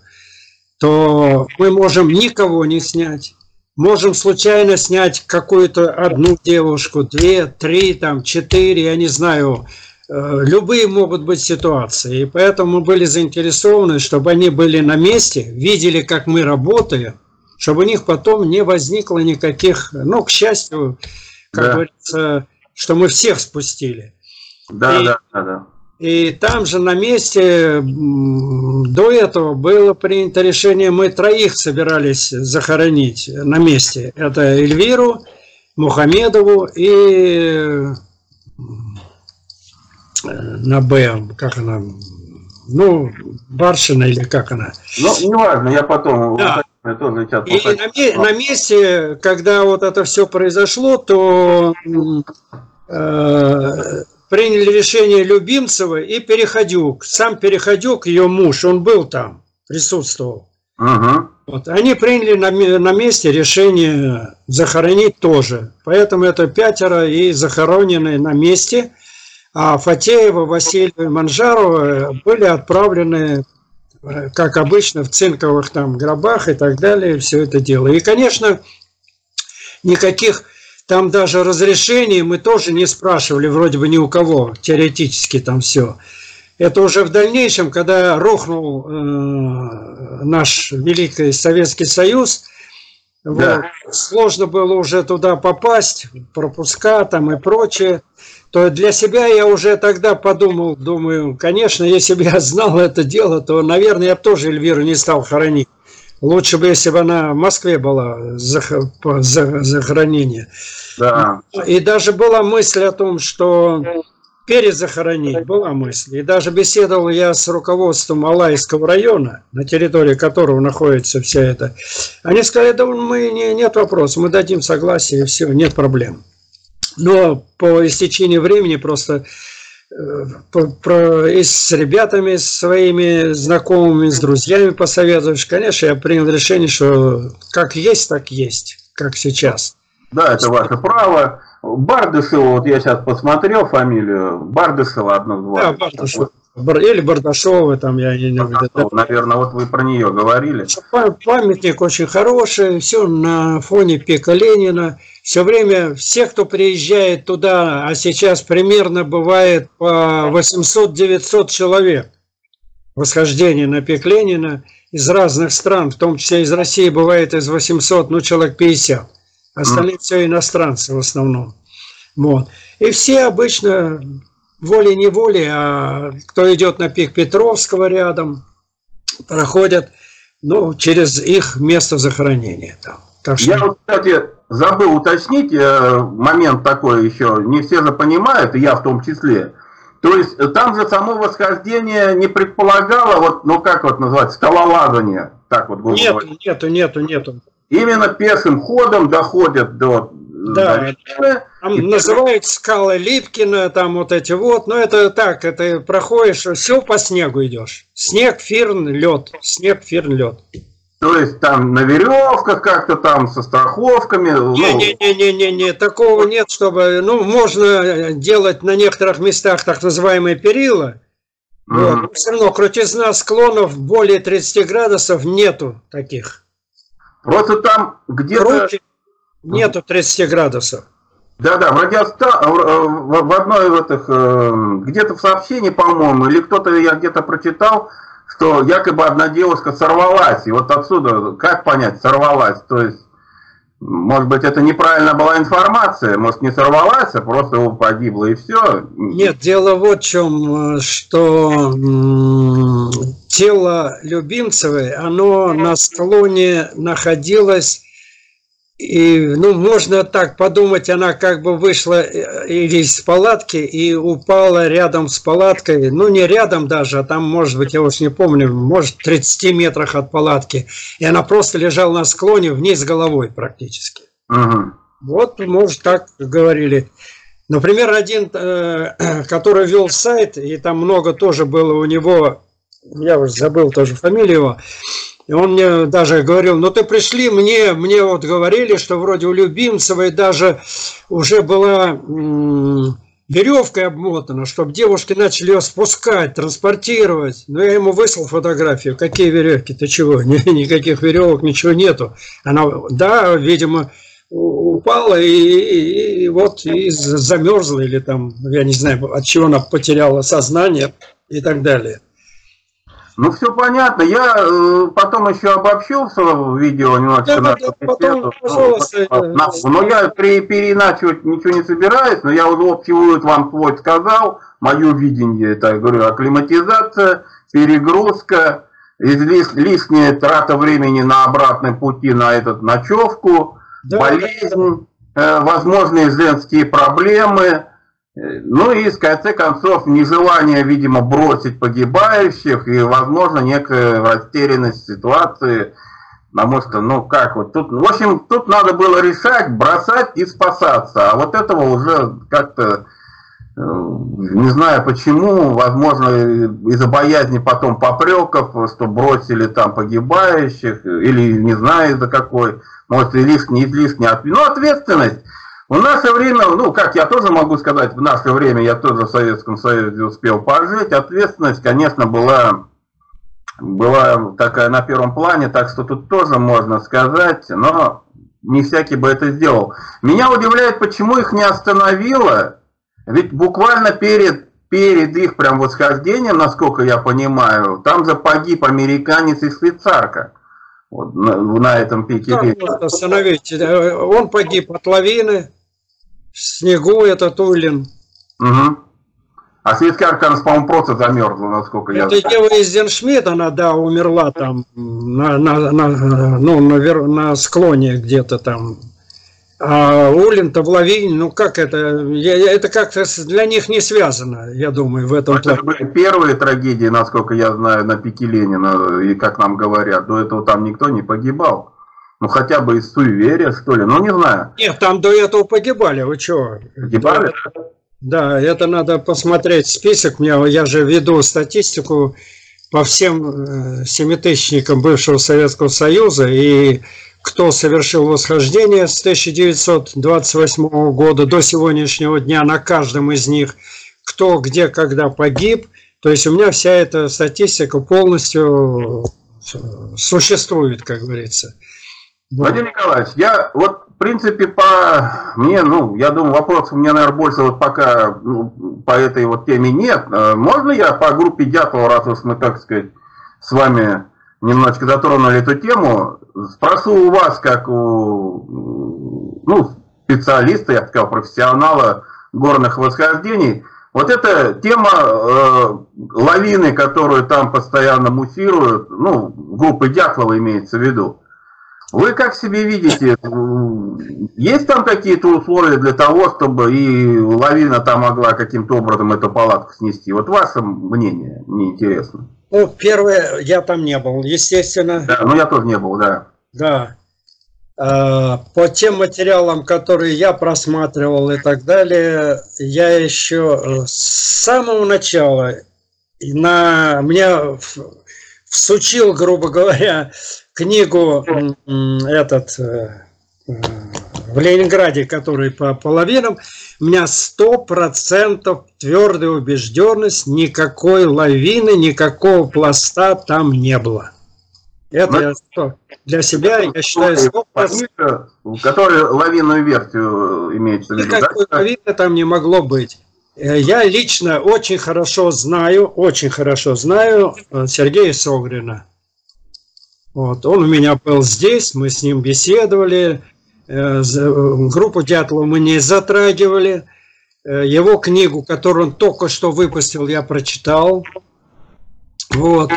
то мы можем никого не снять. Можем случайно снять какую-то одну девушку, 2, 3, там, 4, я не знаю. Любые могут быть ситуации. И поэтому мы были заинтересованы, чтобы они были на месте, видели, как мы работаем, чтобы у них потом не возникло никаких, ну, к счастью, как говорится, что мы всех спустили. Да. И там же на месте до этого было принято решение, мы троих собирались захоронить на месте. Это Эльвиру, Мухамедову и на Б, как она, ну, Баршина или как она. Ну, неважно, я потом... Да. Тоже сейчас И на месте, когда вот это все произошло, то приняли решение Любимцева и Переходюк. Сам Переходюк, ее муж, он был там, присутствовал. Угу. Вот. Они приняли на месте решение захоронить тоже. Поэтому это 5 и захоронены на месте. А Фатеева, Васильева и Манжарова были отправлены, как обычно, в цинковых там гробах и так далее, все это дело. И, конечно, никаких там даже разрешений мы тоже не спрашивали, вроде бы ни у кого, теоретически там все. Это уже в дальнейшем, когда рухнул наш Великий Советский Союз, да. Вот, сложно было уже туда попасть, пропуска там и прочее, то для себя я уже тогда подумал, думаю, конечно, если бы я знал это дело, то, наверное, я бы тоже Эльвиру не стал хоронить. Лучше бы, если бы она в Москве была захоронение. Да. И даже была мысль о том, что перезахоронить, была мысль. И даже беседовал я с руководством Алайского района, на территории которого находится вся эта. Они сказали, да нет вопросов, мы дадим согласие, и все, нет проблем. Но по истечении времени просто и с ребятами своими знакомыми, с друзьями посоветуешь. Конечно, я принял решение, что как есть, так есть, как сейчас. Да, это ваше право. Бардышева, вот я сейчас посмотрел фамилию, Бардышева одно звали. Да, Бардышева. Или Бардашова, там я не знаю. Наверное, вот вы про нее говорили. Памятник очень хороший, все на фоне пика Ленина. Все время, все, кто приезжает туда, а сейчас примерно бывает по 800-900 человек, восхождение на пик Ленина из разных стран, в том числе из России бывает из 800, ну, человек 50. Остальные все иностранцы в основном. Вот. И все обычно волей-неволей, а кто идет на пик Петровского рядом, проходят, ну, через их место захоронения. Там. Так что... Я, кстати, забыл уточнить момент такой еще. Не все же понимают, и я в том числе. То есть там же само восхождение не предполагало, вот, ну как вот называть, скалолазание. Так вот, нету. Именно пешим ходом доходят до... Да, там называют скалы Липкина, там вот эти вот, но это так, это проходишь, все по снегу идешь. Снег, фирн, лед, снег, фирн, лед. То есть там на веревках как-то там со страховками? Не, такого нет, чтобы, ну, можно делать на некоторых местах так называемые перила, вот, но все равно крутизна склонов более 30 градусов нету таких. Просто там где-то... Нету 30 градусов. Да, в одной из этих, где-то в сообщении, по-моему, или кто-то, я где-то прочитал, что якобы одна девушка сорвалась. И вот отсюда, как понять, сорвалась? То есть, может быть, это неправильно была информация, может, не сорвалась, а просто погибла и все? Нет, дело вот в чем, что тело Любимцевой, оно на склоне находилось. И, ну, можно так подумать, она как бы вышла из палатки и упала рядом с палаткой, ну, не рядом даже, а там, может быть, я уж не помню, может, в 30 метрах от палатки, и она просто лежала на склоне вниз головой практически. Вот, может, так говорили. Например, один, который вел сайт, и там много тоже было у него, я уже забыл тоже фамилию его, и он мне даже говорил, ну ты пришли, мне вот говорили, что вроде у Любимцевой даже уже была веревкой обмотана, чтобы девушки начали ее спускать, транспортировать. Но я ему выслал фотографию. Какие веревки? Ты чего? Никаких веревок, ничего нету. Она, да, видимо, упала и вот и замерзла, или там, я не знаю, от чего она потеряла сознание и так далее. Ну, все понятно. Я потом еще обобщу в видео немножко нашу беседу. Но я переиначивать ничего не собираюсь, но я уже общий вывод вам свой сказал, мое видение, это, я говорю, акклиматизация, перегрузка, лишняя трата времени на обратном пути на этот ночевку, болезнь, возможные женские проблемы. Ну и, в конце концов, нежелание, видимо, бросить погибающих и, возможно, некая растерянность ситуации. Потому что, ну как вот, тут, в общем, тут надо было решать, бросать и спасаться. А вот этого уже как-то, не знаю почему, возможно, из-за боязни потом попреков, что бросили там погибающих, или не знаю из-за какой, может, излишняя ответственность. В наше время, ну, как я тоже могу сказать, в наше время я тоже в Советском Союзе успел пожить, ответственность, конечно, была такая на первом плане, так что тут тоже можно сказать, но не всякий бы это сделал. Меня удивляет, почему их не остановило, ведь буквально перед их прям восхождением, насколько я понимаю, там же погиб американец и швейцарка. Вот, на этом пике. Остановить. Он погиб от лавины. В снегу этот Улин. Угу. А швейцарка, по-моему, просто замерзла, насколько я знаю. Это дева из Деншмит, она, да, умерла там на склоне где-то там. А Улин-то в лавине, ну как это? Это как-то для них не связано, я думаю, в этом плане. Это были первые трагедии, насколько я знаю, на пике Ленина, и как нам говорят, до этого там никто не погибал. Ну, хотя бы из суеверия, что ли, ну, не знаю. Нет, там до этого погибали, вы что? Погибали? Да, это надо посмотреть список. Я же веду статистику по всем семитысячникам бывшего Советского Союза, и кто совершил восхождение с 1928 года до сегодняшнего дня, на каждом из них, кто, где, когда погиб. То есть у меня вся эта статистика полностью существует, как говорится. Владимир Николаевич, я вот, в принципе, я думаю, вопросов у меня, наверное, больше вот пока по этой вот теме нет. Можно я по группе Дятлова, раз уж мы, так сказать, с вами немножечко затронули эту тему, спрошу у вас, как у специалиста, я бы сказал, профессионала горных восхождений, вот эта тема лавины, которую там постоянно муссируют, группы Дятлова имеется в виду. Вы как себе видите, есть там какие-то условия для того, чтобы и лавина там могла каким-то образом эту палатку снести? Вот ваше мнение, мне интересно. Ну, первое, я там не был, естественно. Да, я тоже не был, да. Да. По тем материалам, которые я просматривал и так далее, я еще с самого начала мне всучил, грубо говоря, книгу в Ленинграде, который по лавинам, у меня 100% твердая убежденность, никакой лавины, никакого пласта там не было. Это для себя, я считаю, 100%. Который лавинную версию имеется в виду, никакой лавины там не могло быть. Я лично очень хорошо знаю Сергея Согрина. Вот, он у меня был здесь, мы с ним беседовали, группу Дятлова мы не затрагивали, его книгу, которую он только что выпустил, я прочитал. Вот.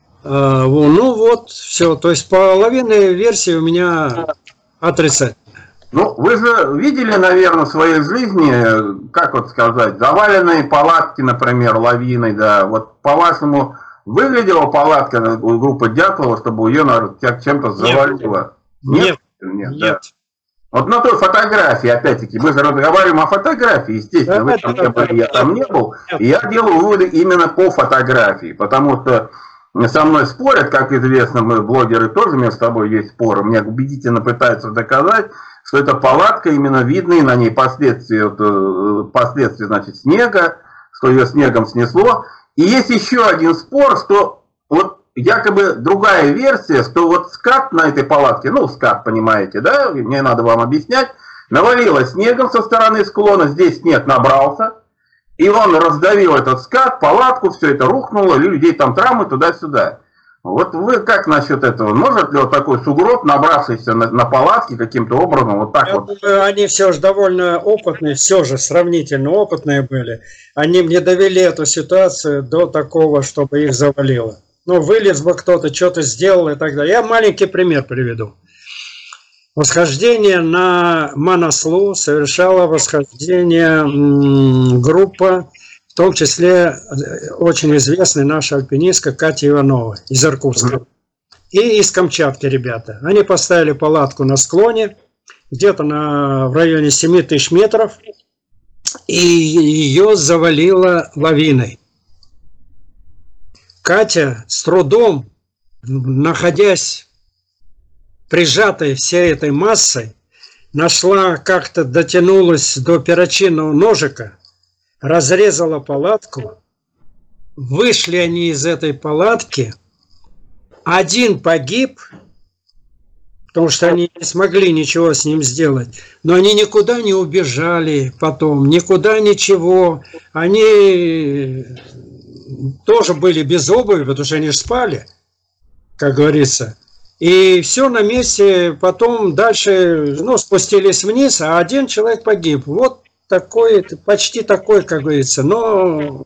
Все, то есть половинная версия у меня отрицательная. Вы же видели, наверное, в своей жизни, как вот сказать, заваленные палатки, например, лавиной, да, вот по-вашему, выглядела палатка у группы Дятлова, чтобы ее, наверное, чем-то завалило? Нет. Да. Вот на той фотографии, опять-таки, мы же разговариваем о фотографии, естественно, вы там не были, я там не был, и я делаю выводы именно по фотографии, потому что со мной спорят, как известно, мы блогеры тоже между собой есть споры, мне убедительно пытаются доказать, что эта палатка, именно видны на ней последствия, значит, снега, что ее снегом снесло. И есть еще один спор, что вот якобы другая версия, что вот скат на этой палатке, скат, понимаете, да, мне надо вам объяснять, навалило снегом со стороны склона, здесь снег набрался, И он раздавил этот скат, палатку, все это рухнуло, людей там травмы туда-сюда. Вот вы как насчет этого? Может ли вот такой сугроб, набравшийся на палатке каким-то образом, вот так Я вот? думаю, они все же довольно опытные, все же сравнительно опытные были. Они мне довели эту ситуацию до такого, чтобы их завалило. Ну, вылез бы кто-то, что-то сделал и так далее. Я маленький пример приведу. Восхождение на Манаслу совершала восхождение группа, в том числе очень известная наша альпинистка Катя Иванова из Иркутска. И из Камчатки ребята. Они поставили палатку на склоне, где-то в районе 7000 метров, и ее завалило лавиной. Катя с трудом, находясь прижатой всей этой массой, нашла, как-то дотянулась до перочинного ножика, разрезала палатку, вышли они из этой палатки, один погиб, потому что они не смогли ничего с ним сделать, но они никуда не убежали потом, никуда ничего, они тоже были без обуви, потому что они же спали, как говорится. И все на месте, потом дальше, спустились вниз, а один человек погиб. Вот такой, почти такой, как говорится, но...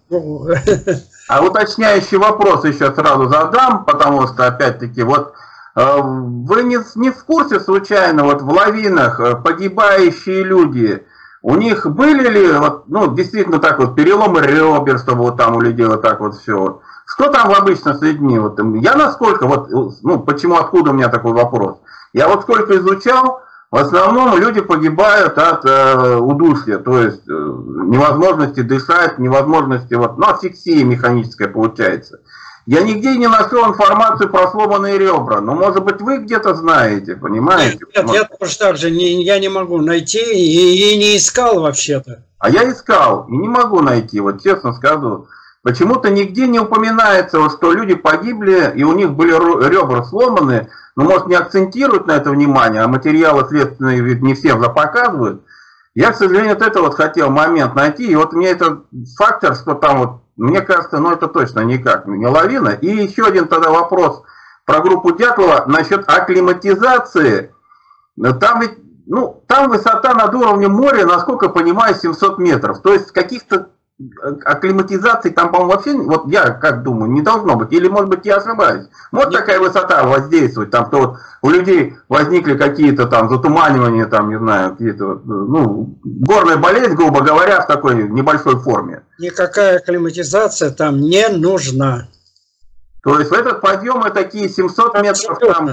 А уточняющий вопрос еще сразу задам, потому что, опять-таки, вот вы не в курсе случайно, вот в лавинах погибающие люди, у них были ли, вот, действительно так вот, переломы ребер, чтобы вот там у людей вот так вот все вот? Что там обычно с людьми? Вот, я насколько, почему, откуда у меня такой вопрос? Я вот сколько изучал, в основном люди погибают от удушья, то есть невозможности дышать, невозможности, асфиксия механическая получается. Я нигде не нашел информацию про сломанные ребра, но, может быть, вы где-то знаете, понимаете? Нет, я тоже так же, я не могу найти и не искал вообще-то. А я искал и не могу найти, вот честно скажу. Почему-то нигде не упоминается, что люди погибли, и у них были ребра сломаны, но, может, не акцентируют на это внимание, а материалы следственные ведь не всем показывают. Я, к сожалению, вот это вот хотел момент найти, и вот мне этот фактор, что там вот, мне кажется, это точно никак не лавина. И еще один тогда вопрос про группу Дятлова насчет акклиматизации. Там ведь, там высота над уровнем моря, насколько понимаю, 700 метров. То есть каких-то акклиматизации там, по-моему, вообще, вот я как думаю, не должно быть. Или, может быть, я ошибаюсь. Может такая высота воздействовать, там, что вот у людей возникли какие-то там затуманивания, там, не знаю, какие-то, горная болезнь, грубо говоря, в такой небольшой форме. Никакая акклиматизация там не нужна. То есть в этот подъем и такие 700 метров там...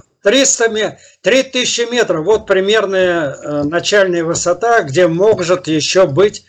3000 метров, вот примерная начальная высота, где может еще быть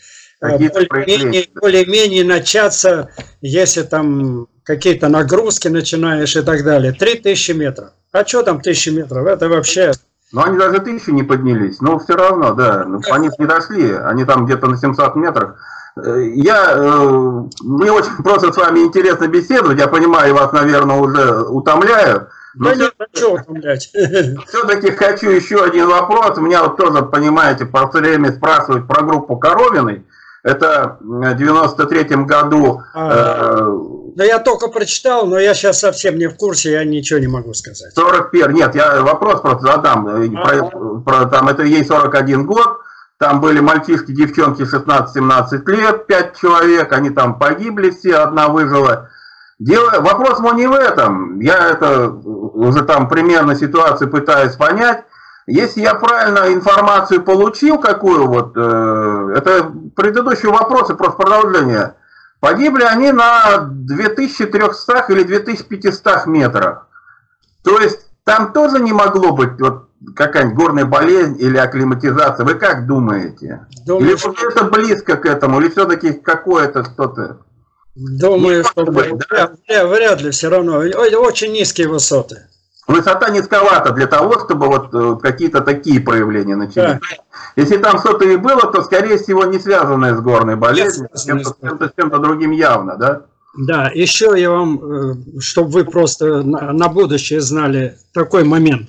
более-менее начаться, если там какие-то нагрузки начинаешь и так далее. 3000 метров. А что там 1000 метров? Это вообще... Но они даже 1000 не поднялись, но все равно, да, они не дошли, они там где-то на 700 метрах. Мне очень просто с вами интересно беседовать, я понимаю, вас, наверное, уже утомляю. Да нет, что утомлять. Все-таки хочу еще один вопрос. Меня вот тоже, понимаете, по все время спрашивают про группу Коровиной. Это в 93-м году... Да я только прочитал, но я сейчас совсем не в курсе, я ничего не могу сказать. 41, нет, я вопрос просто задам. Там это ей 41 год, там были мальчишки, девчонки 16-17 лет, 5 человек, они там погибли все, одна выжила. Вопрос мой не в этом, я это уже там примерно ситуацию пытаюсь понять. Если я правильно информацию получил, какую вот, это предыдущие вопросы, просто продолжение. Погибли они на 2300 или 2500 метрах. То есть там тоже не могло быть вот какая-нибудь горная болезнь или акклиматизация. Вы как думаете? Думаю, или что это близко к этому, или все-таки какое-то что-то? Думаю, что вряд ли все равно. Очень низкие высоты. Высота низковата для того, чтобы вот какие-то такие проявления начались. Да. Если там что-то и было, то, скорее всего, не связанное с горной болезнью, с чем-то другим явно, да? Да, еще я вам, чтобы вы просто на будущее знали такой момент.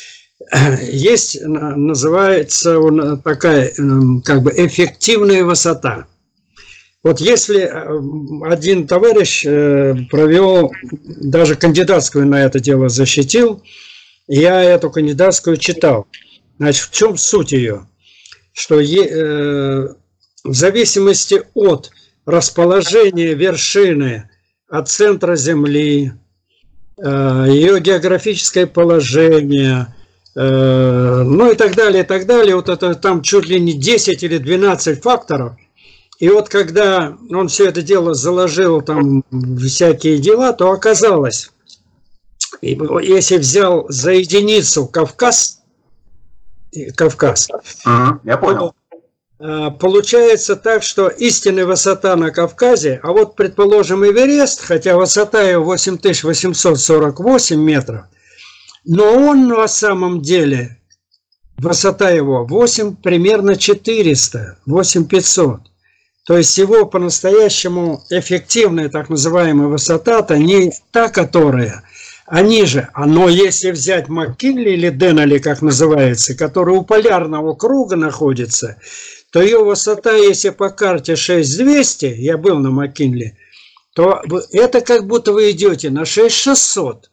Есть, называется такая, как бы, эффективная высота. Вот если один товарищ провел, даже кандидатскую на это дело защитил, я эту кандидатскую читал. Значит, в чем суть ее? Что в зависимости от расположения вершины, от центра Земли, ее географическое положение, ну и так далее, вот это там чуть ли не 10 или 12 факторов. И вот когда он все это дело заложил там всякие дела, то оказалось, если взял за единицу Кавказ, я понял. Получается так, что истинная высота на Кавказе, а вот, предположим, Эверест, хотя высота его 8848 метров, но он на самом деле, высота его примерно 400, 8500. То есть его по-настоящему эффективная так называемая высота-то не та, которая, а ниже. Но если взять МакКинли или Денали, как называется, который у полярного круга находится, то ее высота, если по карте 6200, я был на МакКинли, то это как будто вы идете на 6600.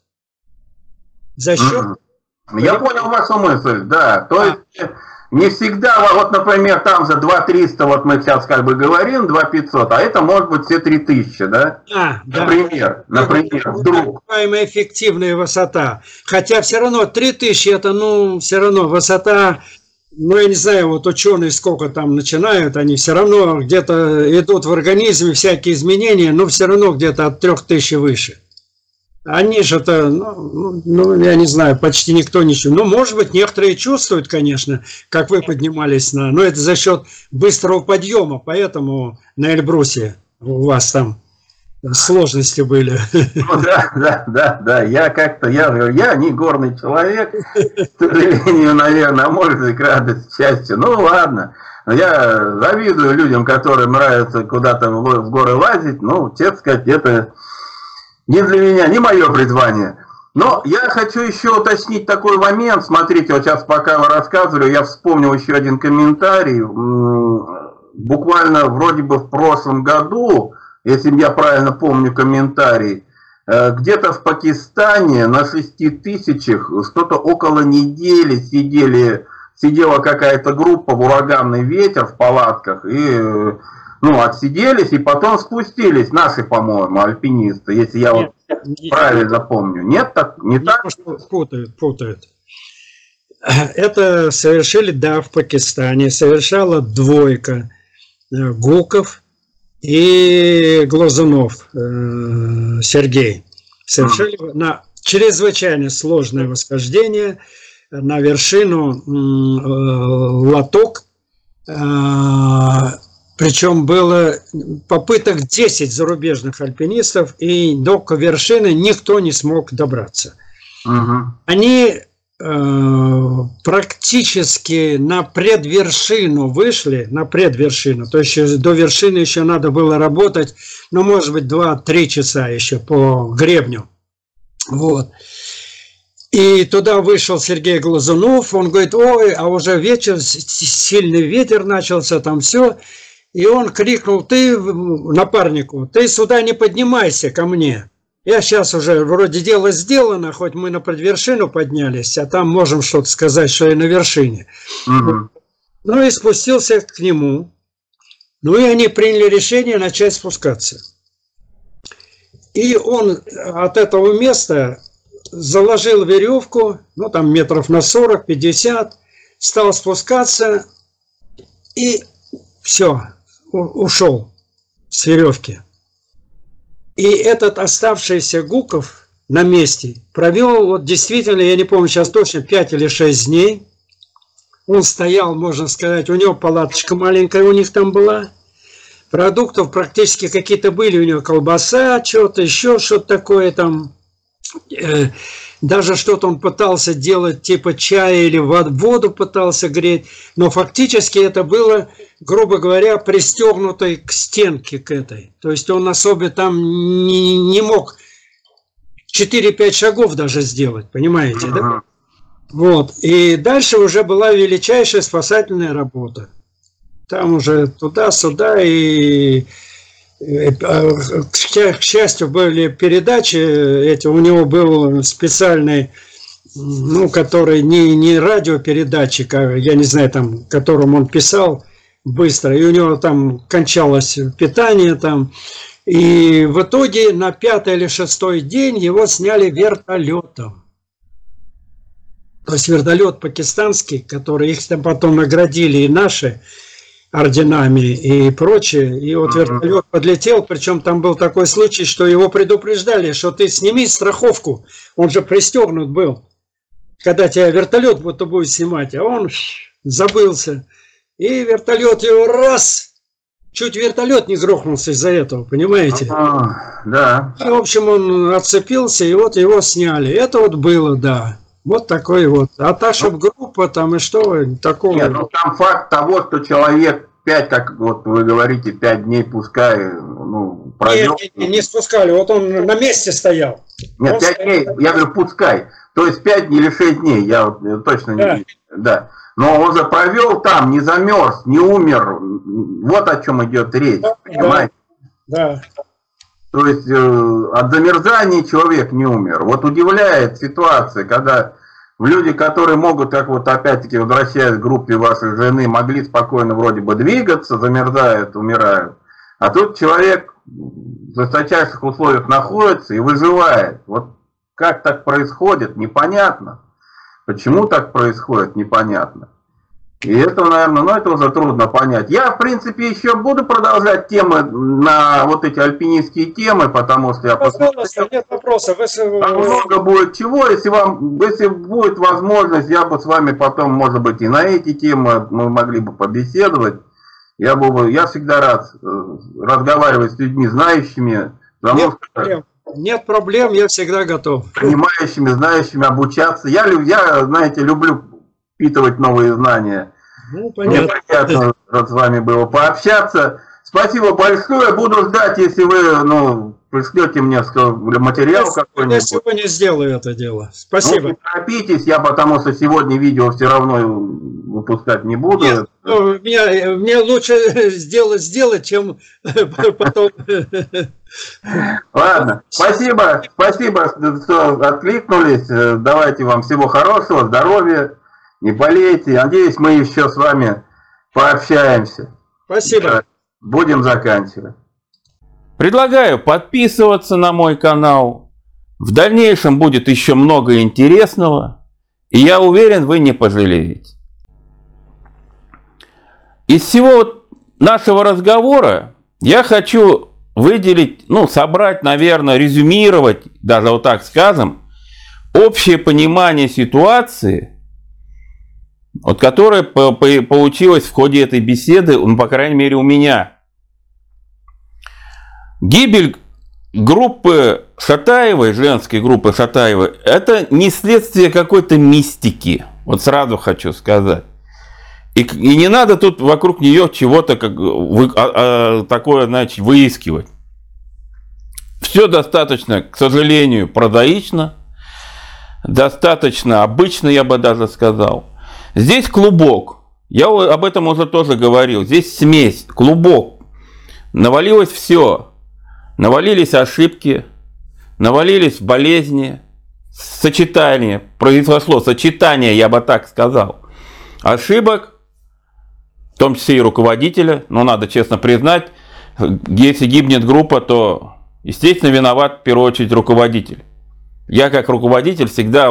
За счет... Я понял вашу мысль, да. То есть не всегда, вот, например, там за 2300, вот мы сейчас как бы говорим, 2500, а это может быть все 3000, да? Например, вдруг. Называемая эффективная высота. Хотя все равно 3000 это, все равно высота, я не знаю, вот ученые сколько там начинают, они все равно где-то идут в организме всякие изменения, но все равно где-то от 3000 выше. Они же-то, я не знаю, почти никто не чувствует. Может быть, некоторые чувствуют, конечно, как вы поднимались но это за счет быстрого подъема, поэтому на Эльбрусе у вас там сложности были. Да, я не горный человек, к сожалению, наверное, а может и к радости, счастью. Ладно, я завидую людям, которым нравится куда-то в горы лазить, честно сказать, это... Не для меня, не мое призвание. Но я хочу еще уточнить такой момент. Смотрите, вот сейчас пока вы рассказывали, я вспомнил еще один комментарий. Буквально вроде бы в прошлом году, если я правильно помню комментарий, где-то в Пакистане на 6000 что-то около недели сидела какая-то группа в ураганный ветер в палатках и... отсиделись и потом спустились наши, по-моему, альпинисты, если я правильно помню. Нет, не так? Путают. Это совершили, в Пакистане. Совершала двойка Гуков и Глазунов Сергей. Совершили на чрезвычайно сложное восхождение на вершину Лоток. Причем было попыток 10 зарубежных альпинистов, и до вершины никто не смог добраться. Они практически на предвершину вышли, то есть до вершины еще надо было работать, может быть, 2-3 часа еще по гребню. Вот. И туда вышел Сергей Глазунов, он говорит, а уже вечер, сильный ветер начался, там все. И он крикнул напарнику, ты сюда не поднимайся ко мне. Я сейчас уже, вроде дело сделано, хоть мы на предвершину поднялись, а там можем что-то сказать, что и на вершине. И спустился к нему. И они приняли решение начать спускаться. И он от этого места заложил веревку, там метров на 40-50, стал спускаться и все. Ушел с веревки. И этот оставшийся Гуков на месте провел, действительно, я не помню сейчас точно, 5 или 6 дней. Он стоял, можно сказать, у него палаточка маленькая у них там была. Продуктов практически какие-то были у него, колбаса, что-то еще, что-то такое там. Даже что-то он пытался делать, типа чая или воду пытался греть, но фактически это было, грубо говоря, пристегнутой к стенке к этой. То есть он особо там не мог 4-5 шагов даже сделать, понимаете, да? Вот. И дальше уже была величайшая спасательная работа. Там уже туда-сюда, и К счастью, были передачи эти, у него был специальный, ну, который не радиопередатчик, а, я не знаю, там, которым он писал быстро, и у него там кончалось питание там, и в итоге на 5-й или 6-й день его сняли вертолетом. То есть вертолет пакистанский, который их там потом наградили и наши орденами и прочее. И вот вертолет подлетел, причем там был такой случай, что его предупреждали, что ты сними страховку, он же пристегнут был, когда тебя вертолет будто будет снимать, а он забылся. И вертолет его раз, чуть вертолет не грохнулся из-за этого, понимаете? Да. И, в общем, он отцепился, и вот его сняли. Это вот было, да. Вот такой вот. А та, чтоб группа там и что, такого... Нет, ну там факт того, что человек 5, как вот вы говорите, 5 дней пускай, ну, провел... Не спускали, вот он на месте стоял. Нет, 5 дней, я говорю, пускай. То есть 5 или 6 дней, я вот точно не... Да. Но он же провел там, не замерз, не умер. Вот о чем идет речь, понимаете? Да. То есть от замерзания человек не умер. Вот удивляет ситуация, когда люди, которые могут, как вот опять-таки возвращаясь к группе вашей жены, могли спокойно вроде бы двигаться, замерзают, умирают. А тут человек в жесточайших условиях находится и выживает. Вот как так происходит, непонятно. Почему так происходит, непонятно. И это, наверное, ну это уже трудно понять. Я, в принципе, еще буду продолжать темы на вот эти альпинистские темы, потому что я посмотрел. Нет вопросов. Много будет чего. Если будет возможность, я бы с вами потом, может быть, и на эти темы мы могли бы побеседовать. Я всегда рад разговаривать с людьми знающими, потому что... Нет проблем, я всегда готов. Понимающими, знающими, обучаться. Я, знаете, люблю впитывать новые знания. Ну, понятно. Мне приятно с вами было пообщаться. Спасибо большое. Буду ждать, если вы пришлете мне материал какой-нибудь. Я сегодня сделаю это дело. Спасибо. Не торопитесь, я потому что сегодня видео все равно выпускать не буду. Нет, мне лучше сделать, чем потом... Ладно, спасибо, что откликнулись. Давайте вам всего хорошего, здоровья, не болейте. Надеюсь, мы еще с вами пообщаемся. Спасибо. Будем заканчивать. Предлагаю подписываться на мой канал. В дальнейшем будет еще много интересного. И я уверен, вы не пожалеете. Из всего нашего разговора я хочу выделить, собрать, наверное, резюмировать, даже вот так скажем, общее понимание ситуации, вот, которое получилось в ходе этой беседы, по крайней мере, у меня. Гибель группы Шатаевой, женской группы Шатаевой, это не следствие какой-то мистики, вот сразу хочу сказать. И не надо тут вокруг нее чего-то такое, значит, выискивать. Все достаточно, к сожалению, прозаично, достаточно обычно, я бы даже сказал. Здесь клубок. Я об этом уже тоже говорил. Здесь смесь, клубок. Навалилось все. Навалились ошибки, навалились болезни, сочетание. Произошло сочетание, я бы так сказал, ошибок, в том числе и руководителя. Но надо честно признать, если гибнет группа, то, естественно, виноват в первую очередь руководитель. Я как руководитель всегда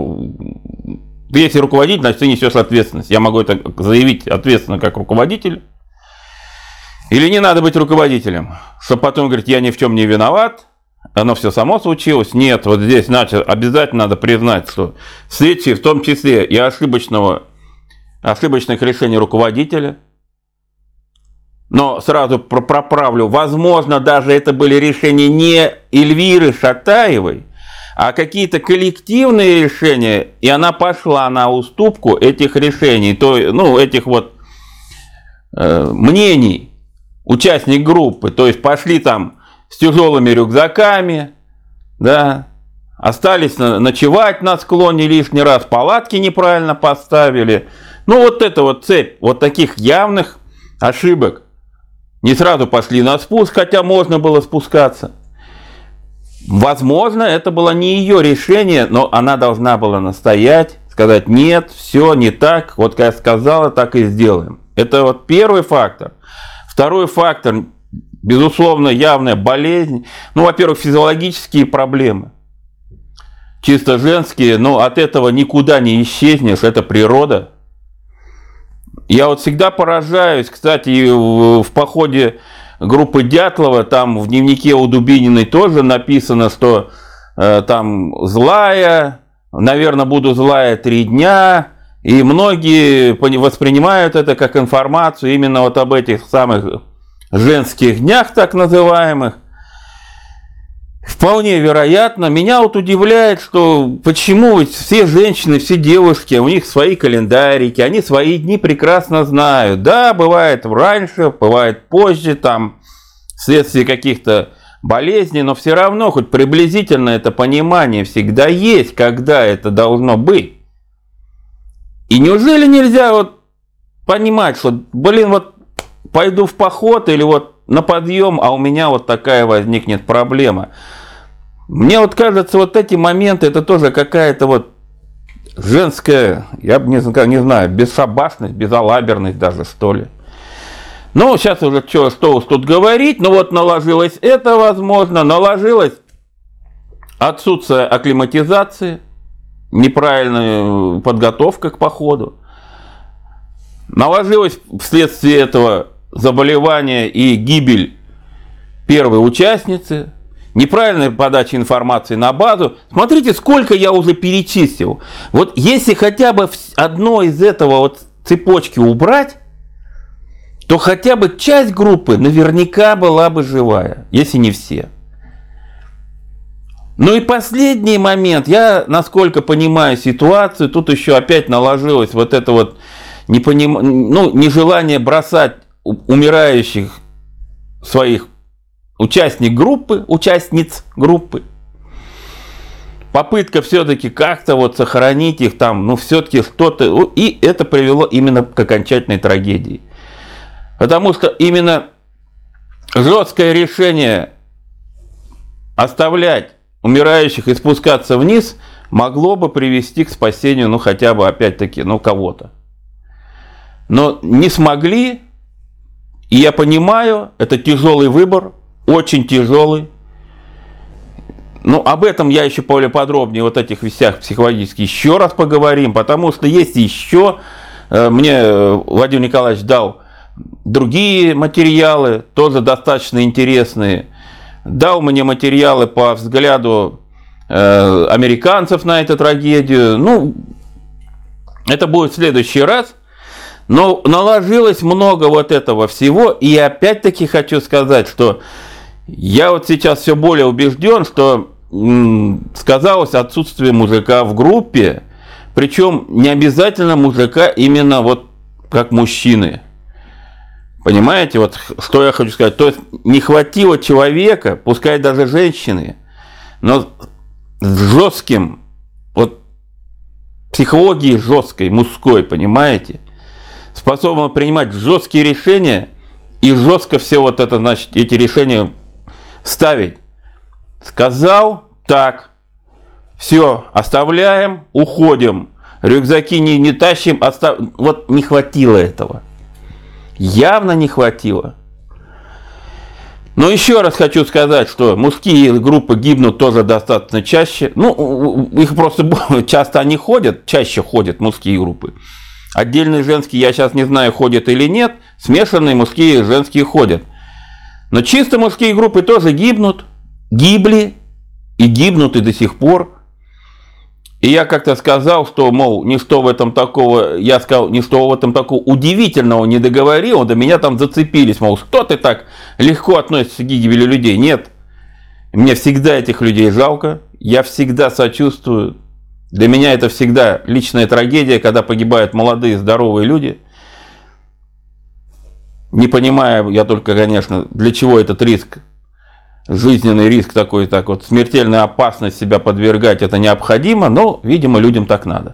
если руководитель, значит, ты несешь ответственность. Я могу это заявить ответственно как руководитель. Или не надо быть руководителем, чтобы потом говорить, я ни в чем не виноват, оно все само случилось. Нет, вот здесь обязательно надо признать, что вследствие в том числе и ошибочных решений руководителя. Но сразу проправлю, возможно, даже это были решения не Эльвиры Шатаевой, а какие-то коллективные решения, и она пошла на уступку этих решений, этих мнений участник группы, то есть пошли там с тяжелыми рюкзаками, да, остались ночевать на склоне лишний раз, палатки неправильно поставили. Вот это вот цепь вот таких явных ошибок. Не сразу пошли на спуск, хотя можно было спускаться. Возможно, это было не ее решение, но она должна была настоять, сказать: нет, все не так, вот как я сказала, так и сделаем. Это вот первый фактор. Второй фактор, безусловно, явная болезнь. Ну, во-первых, физиологические проблемы. Чисто женские, но от этого никуда не исчезнешь, это природа. Я вот всегда поражаюсь, кстати, в походе группы Дятлова, там в дневнике у Дубининой тоже написано, что там злая, наверное, буду злая 3 дня, и многие воспринимают это как информацию именно вот об этих самых женских днях, так называемых. Вполне вероятно. Меня вот удивляет, что почему все женщины, все девушки, у них свои календарики, они свои дни прекрасно знают. Да, бывает раньше, бывает позже, там, вследствие каких-то болезней, но все равно хоть приблизительно это понимание всегда есть, когда это должно быть. И неужели нельзя вот понимать, что, блин, вот пойду в поход или вот на подъем, а у меня вот такая возникнет проблема. Мне вот кажется, вот эти моменты, это тоже какая-то вот женская, я бы не знаю, бесшабашность, безалаберность даже, что ли. Ну, сейчас уже что уж тут говорить, но вот наложилось это, возможно, наложилось отсутствие акклиматизации, неправильная подготовка к походу, наложилось вследствие этого заболевание и гибель первой участницы, неправильная подача информации на базу. Смотрите, сколько я уже перечислил. Вот если хотя бы одно из этого вот цепочки убрать, то хотя бы часть группы наверняка была бы живая, если не все. Ну и последний момент. Я, насколько понимаю ситуацию, тут еще опять наложилось вот это вот нежелание бросать умирающих своих участниц группы. Попытка все-таки как-то вот сохранить их там, ну все-таки что-то. И это привело именно к окончательной трагедии. Потому что именно жесткое решение оставлять умирающих и спускаться вниз могло бы привести к спасению, ну хотя бы опять-таки, ну кого-то. Но не смогли. И я понимаю, это тяжелый выбор, очень тяжелый. Ну, об этом я еще более подробнее, вот этих вещах психологических, еще раз поговорим, потому что есть еще, мне Владимир Николаевич дал другие материалы, тоже достаточно интересные. Дал мне материалы по взгляду американцев на эту трагедию. Ну, это будет в следующий раз. Но наложилось много вот этого всего, и опять-таки хочу сказать, что я вот сейчас все более убежден, что сказалось отсутствие мужика в группе, причем не обязательно мужика именно вот как мужчины. Понимаете, вот что я хочу сказать? То есть не хватило человека, пускай даже женщины, но с жестким, вот психологией жесткой, мужской, понимаете? Способна принимать жесткие решения и жестко все вот это, значит, эти решения ставить. Сказал, так, все, оставляем, уходим, рюкзаки не тащим, вот не хватило этого. Явно не хватило. Но еще раз хочу сказать, что мужские группы гибнут тоже достаточно чаще. Ну, их просто часто они ходят, чаще ходят мужские группы. Отдельные женские, я сейчас не знаю, ходят или нет. Смешанные мужские и женские ходят. Но чисто мужские группы тоже гибнут, гибли и гибнут и до сих пор. И я как-то сказал, что, мол, ничто в этом такого, я сказал, ничто в этом такого удивительного не договорил, до меня там зацепились, мол, что ты так легко относишься к гибели людей? Нет, мне всегда этих людей жалко, я всегда сочувствую. Для меня это всегда личная трагедия, когда погибают молодые, здоровые люди. Не понимаю я только, конечно, для чего этот риск, жизненный риск такой, так вот, смертельная опасность себя подвергать, это необходимо, но, видимо, людям так надо.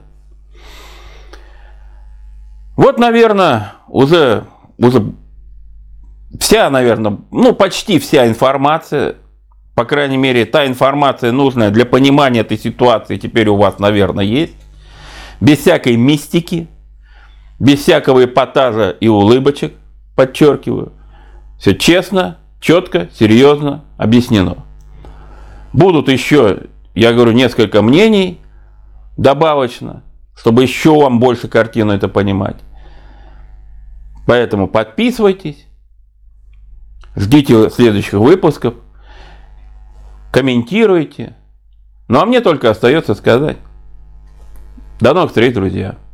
Вот, наверное, уже вся, наверное, ну почти вся информация, по крайней мере, та информация нужная для понимания этой ситуации теперь у вас, наверное, есть. Без всякой мистики, без всякого эпатажа и улыбочек, подчеркиваю. Все честно, четко, серьезно объяснено. Будут еще, я говорю, несколько мнений добавочно, чтобы еще вам больше картину это понимать. Поэтому подписывайтесь, ждите следующих выпусков, комментируйте. Ну а мне только остается сказать: до новых встреч, друзья!